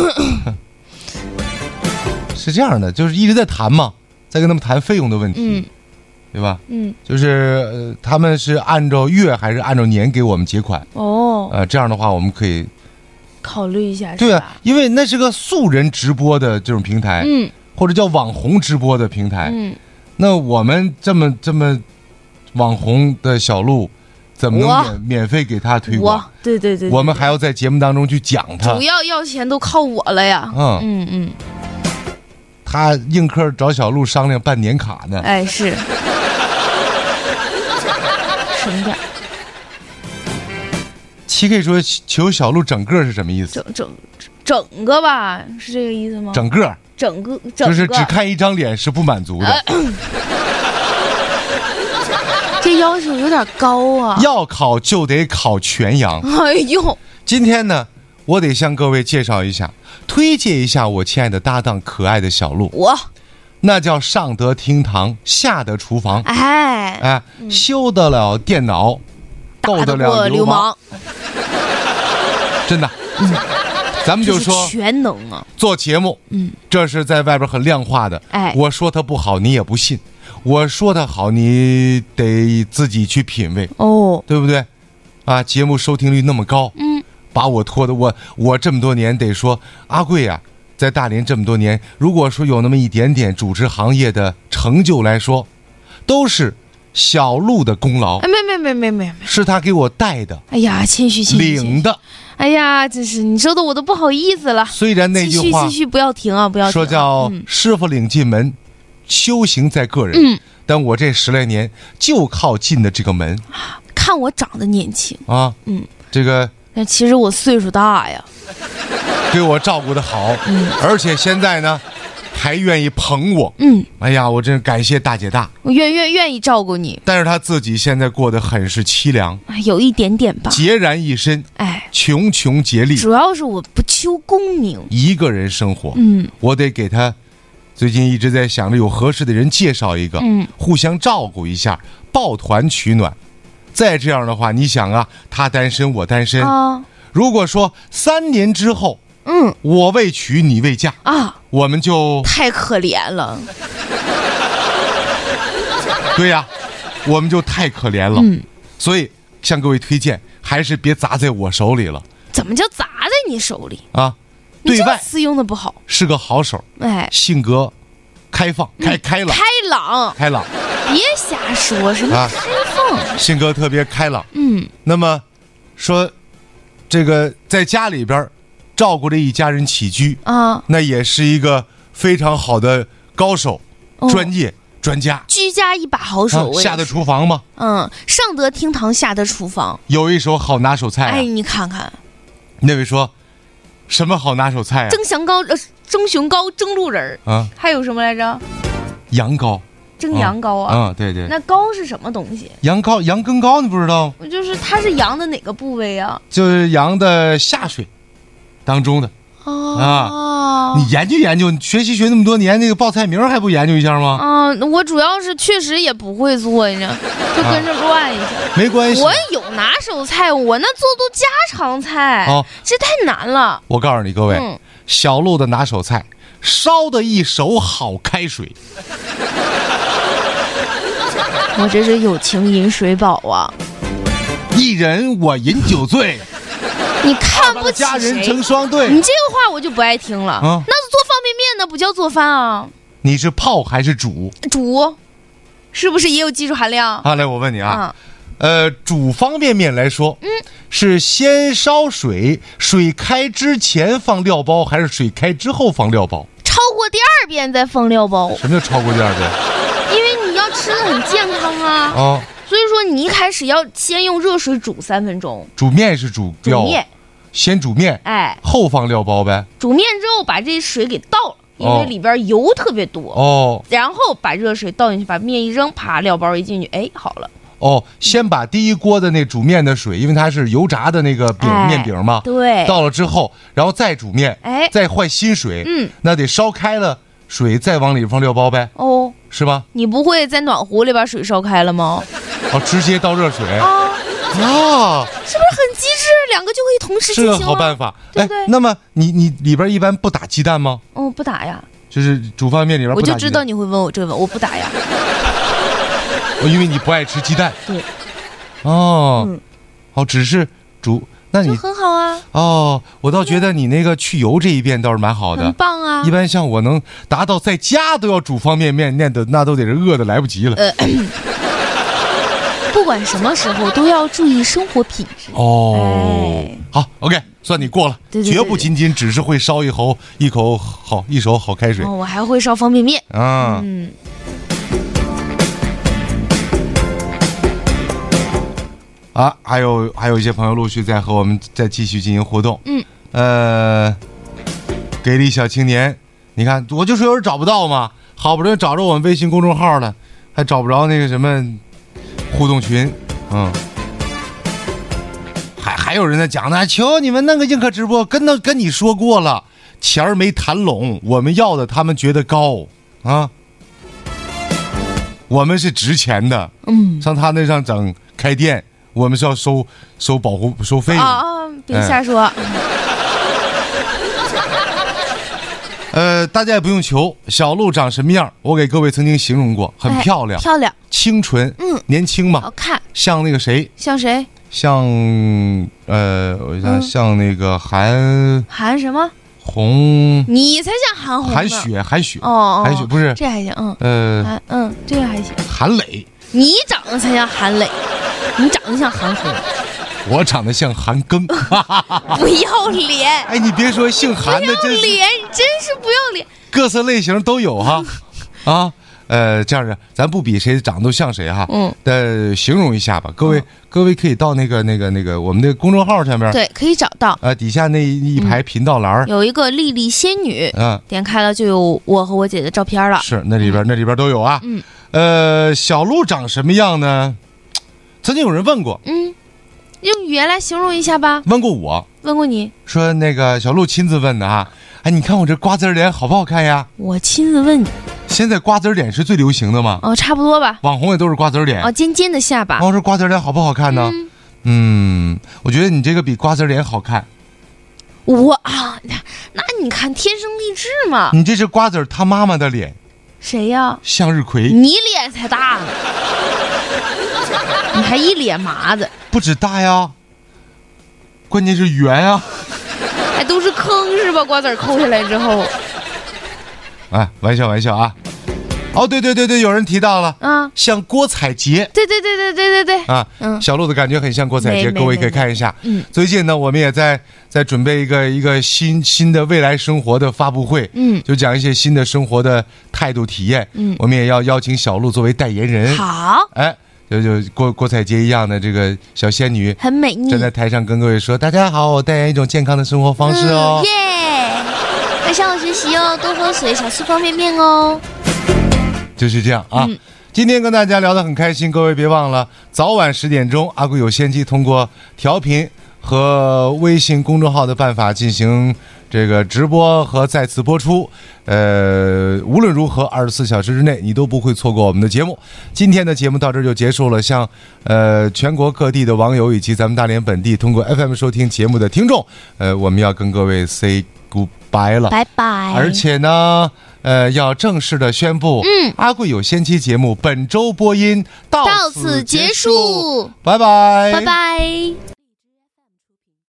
是这样的，就是一直在谈嘛，在跟他们谈费用的问题，嗯，对吧？嗯，就是、呃、他们是按照月还是按照年给我们结款？哦，呃，这样的话我们可以。 考虑一下， 对啊，因为那是个素人直播的这种平台，嗯，或者叫网红直播的平台，嗯，那我们这么这么网红的小路，怎么能免免费给他推广？ 对对 对, 对， 我们还要在节目当中去讲他， 主要要钱都靠我了呀，嗯嗯嗯， 他映客找小路商量办年卡呢， 哎是，省点。 七 K 说求小鹿整个是什么意思？ 整整整个吧，是这个意思吗？ 整个， 整个，整个就是只看一张脸是不满足的。呃、 这要求有点高啊！ 要考就得考全羊。 哎呦， 今天呢，我得向各位介绍一下，推荐一下我亲爱的搭档，可爱的小鹿。 我。 那叫上得厅堂，下得厨房。 哎哎，嗯、修得了电脑。斗得了流氓，真的，嗯、咱们就说全能啊！ 做节目，嗯，这是在外边很量化的。哎，我说他不好，你也不信；我说他好，你得自己去品味。哦，对不对？啊，节目收听率那么高，嗯，把我拖的我我这么多年得说阿贵啊，在大连这么多年，如果说有那么一点点主持行业的成就来说，都是。小鹿的功劳， 哎，没没没没没没， 是他给我带的。 哎呀，谦虚谦虚， 领的。 哎呀，真是你说的我都不好意思了。 虽然那句话继续继续不要停啊，不要停、啊、 说叫、嗯、师傅领进门，修行在个人。嗯，但我这十来年就靠进的这个门。 看我长得年轻啊，嗯，这个。 但其实我岁数大呀。 对我照顾的好，嗯，而且现在呢。 还愿意捧我。 嗯， 哎呀，我真感谢大姐大， 我愿愿愿意照顾你。 但是她自己现在过得很是凄凉， 有一点点吧， 孑然一身， 哎， 穷穷竭力。 主要是我不求功名， 一个人生活。 嗯， 我得给她。最近一直在想着有合适的人介绍一个， 嗯， 互相照顾一下，抱团取暖。再这样的话，你想啊，他单身我单身， 啊， 如果说三年之后， 嗯， 我未娶你未嫁啊， 我们就太可怜了。 对呀、啊，我们就太可怜了。 嗯， 所以向各位推荐，还是别砸在我手里了。 怎么叫砸在你手里啊？对外私用的不好， 是个好手， 哎， 性格开放，开开朗， 开朗， 开朗， 别瞎说什么开放、啊， 性格特别开朗。 嗯， 那么说，这个在家里边照顾着一家人起居啊， 那也是一个非常好的高手、 哦、 专业专家， 居家一把好手、 啊。下得厨房吗？ 嗯，上得厅堂，下得厨房， 有一手好拿手菜、啊。 哎，你看看， 那位说。什么好拿手菜啊？ 蒸香膏、呃，蒸熊羔、蒸鹿仁儿啊， 还有什么来着？ 羊羔， 蒸羊羔啊？ 嗯，嗯对对。 那羔是什么东西？ 羊羔、羊羹羔，你不知道？ 就是它是羊的哪个部位啊？ 就是羊的下水当中的。 哦、 啊，你研究研究，学习学那么多年，那个报菜名还不研究一下吗？ 啊，我主要是确实也不会做，你知道，就跟着乱一下。啊、 没关系， 我有拿手菜，我那做都家常菜，哦，这太难了。 我告诉你各位，嗯、小鹿的拿手菜，烧的一手好开水。 我这是有情饮水饱啊！ 一人我饮酒醉。 你看不起家人成双对， 你这个话我就不爱听了。啊、那做方便面呢，不叫做饭啊？ 你是泡还是煮？ 煮，是不是也有技术含量？ 好，来我问你啊， 啊呃，煮方便面来说， 嗯， 是先烧水，水开之前放料包，还是水开之后放料包？ 超过第二遍再放料包。 什么叫超过第二遍？ 因为你要吃的很健康啊。 哦。 所以说你一开始要先用热水煮三分钟。 煮面是煮煮面。 先煮面， 哎， 后放料包呗。 煮面之后把这水给倒了，因为里边油特别多哦。 然后把热水倒进去，把面一扔，啪，料包一进去，哎，好了。 哦，先把第一锅的那煮面的水，因为它是油炸的那个饼、哎、面饼嘛， 对， 倒了之后，然后再煮面， 哎， 再换新水， 嗯， 那得烧开了水，再往里放料包呗。 哦， 是吧？ 你不会在暖壶里把水烧开了吗？ 哦，直接倒热水啊。 啊， 是不是很机智？两个就可以同时进行了， 是个好办法， 对不对？ 哎，那么你你里边一般不打鸡蛋吗？ 哦，不打呀。 就是煮方便面里边不打鸡蛋。 我就知道你会问我这个问，我不打呀。 我因为你不爱吃鸡蛋。 对。 哦， 嗯， 哦，只是煮，那你很好啊。 哦，我倒觉得你那个去油这一遍倒是蛮好的， 很棒啊。 一般像我能达到在家都要煮方便面，那都那都得是饿的来不及了。 呃不管什么时候都要注意生活品质哦。哎、好 ，OK， 算你过了， 对对对对， 绝不仅仅只是会烧一口一口好一手好开水、 哦，我还会烧方便面啊。 嗯。 啊，还有还有一些朋友陆续在和我们再继续进行互动。 嗯， 呃，给力小青年，你看我就说有人找不到嘛，好不容易找着我们微信公众号了，还找不着那个什么。互动群，嗯，还还有人在讲呢，求你们弄个映客直播，跟那跟你说过了，钱儿没谈拢，我们要的他们觉得高啊，我们是值钱的， 嗯， 上他那上整开店，我们是要收收保护收费的啊啊，别瞎说。哎呃，大家也不用求小鹿长什么样，我给各位曾经形容过，很漂亮， 哎、漂亮， 清纯， 嗯， 年轻嘛， 好看， 像那个谁， 像谁？ 像呃，我想、嗯、像那个韩韩什么红， 你才像韩红呢， 韩雪，韩雪， 哦， 韩雪不是， 这还行，嗯， 呃， 韩嗯，这个还行， 韩磊， 你长得才像韩磊，你长得像韩红。 我长得像韩庚， 不要脸！ 哎，你别说姓韩的， 不要脸，你真是不要脸。 各色类型都有哈，啊， 呃，这样子，咱不比谁长得都像谁哈，嗯，呃，形容一下吧，各位，嗯、各位可以到那个那个那个我们的公众号上面， 对，可以找到， 呃，底下那一排频道栏、 嗯、有一个莉莉仙女，嗯，点开了就有我和我姐的照片了， 是，那里边、嗯、那里边都有啊，嗯，呃，小鹿长什么样呢？曾经有人问过， 嗯，用语言来形容一下吧， 问过我， 问过你， 说那个小鹿亲自问的啊，哎，你看我这瓜子脸好不好看呀？ 我亲自问你。 现在瓜子脸是最流行的吗？ 哦，差不多吧。 网红也都是瓜子脸。 哦，尖尖的下巴。 哦，这瓜子脸好不好看呢？嗯，嗯我觉得你这个比瓜子脸好看。 我啊，那你看天生丽质嘛。 你这是瓜子他妈妈的脸。 谁呀？ 向日葵。 你脸才大呢，你还一脸麻子。 不止大呀，关键是圆啊。 还都是坑是吧？瓜子抠下来之后。 哎，玩笑玩笑啊！哦，对对对对，有人提到了啊，像郭采洁。 对对对对对对对啊，嗯，小鹿的感觉很像郭采洁，各位可以看一下。嗯，最近呢，我们也在在准备一个一个新新的未来生活的发布会，嗯，就讲一些新的生活的态度体验。嗯，我们也要邀请小鹿作为代言人。 好， 哎，就就郭郭采洁一样的这个小仙女， 很美丽， 站在台上跟各位说：“大家好，我代言一种健康的生活方式哦。” 耶、嗯！来向我学习哦，多喝水，少吃方便面哦。 就是这样啊、嗯，今天跟大家聊得很开心，各位别忘了早晚十点钟，阿贵有仙机通过调频和微信公众号的办法进行这个直播和再次播出。呃，无论如何，二十四小时之内你都不会错过我们的节目。今天的节目到这儿就结束了，向呃全国各地的网友以及咱们大连本地通过 F M 收听节目的听众，呃，我们要跟各位 say goodbye 了， 拜拜。 而且呢。呃，要正式的宣布，嗯，阿贵有仙机节目本周播音到此结束， 到此结束拜拜， 拜拜。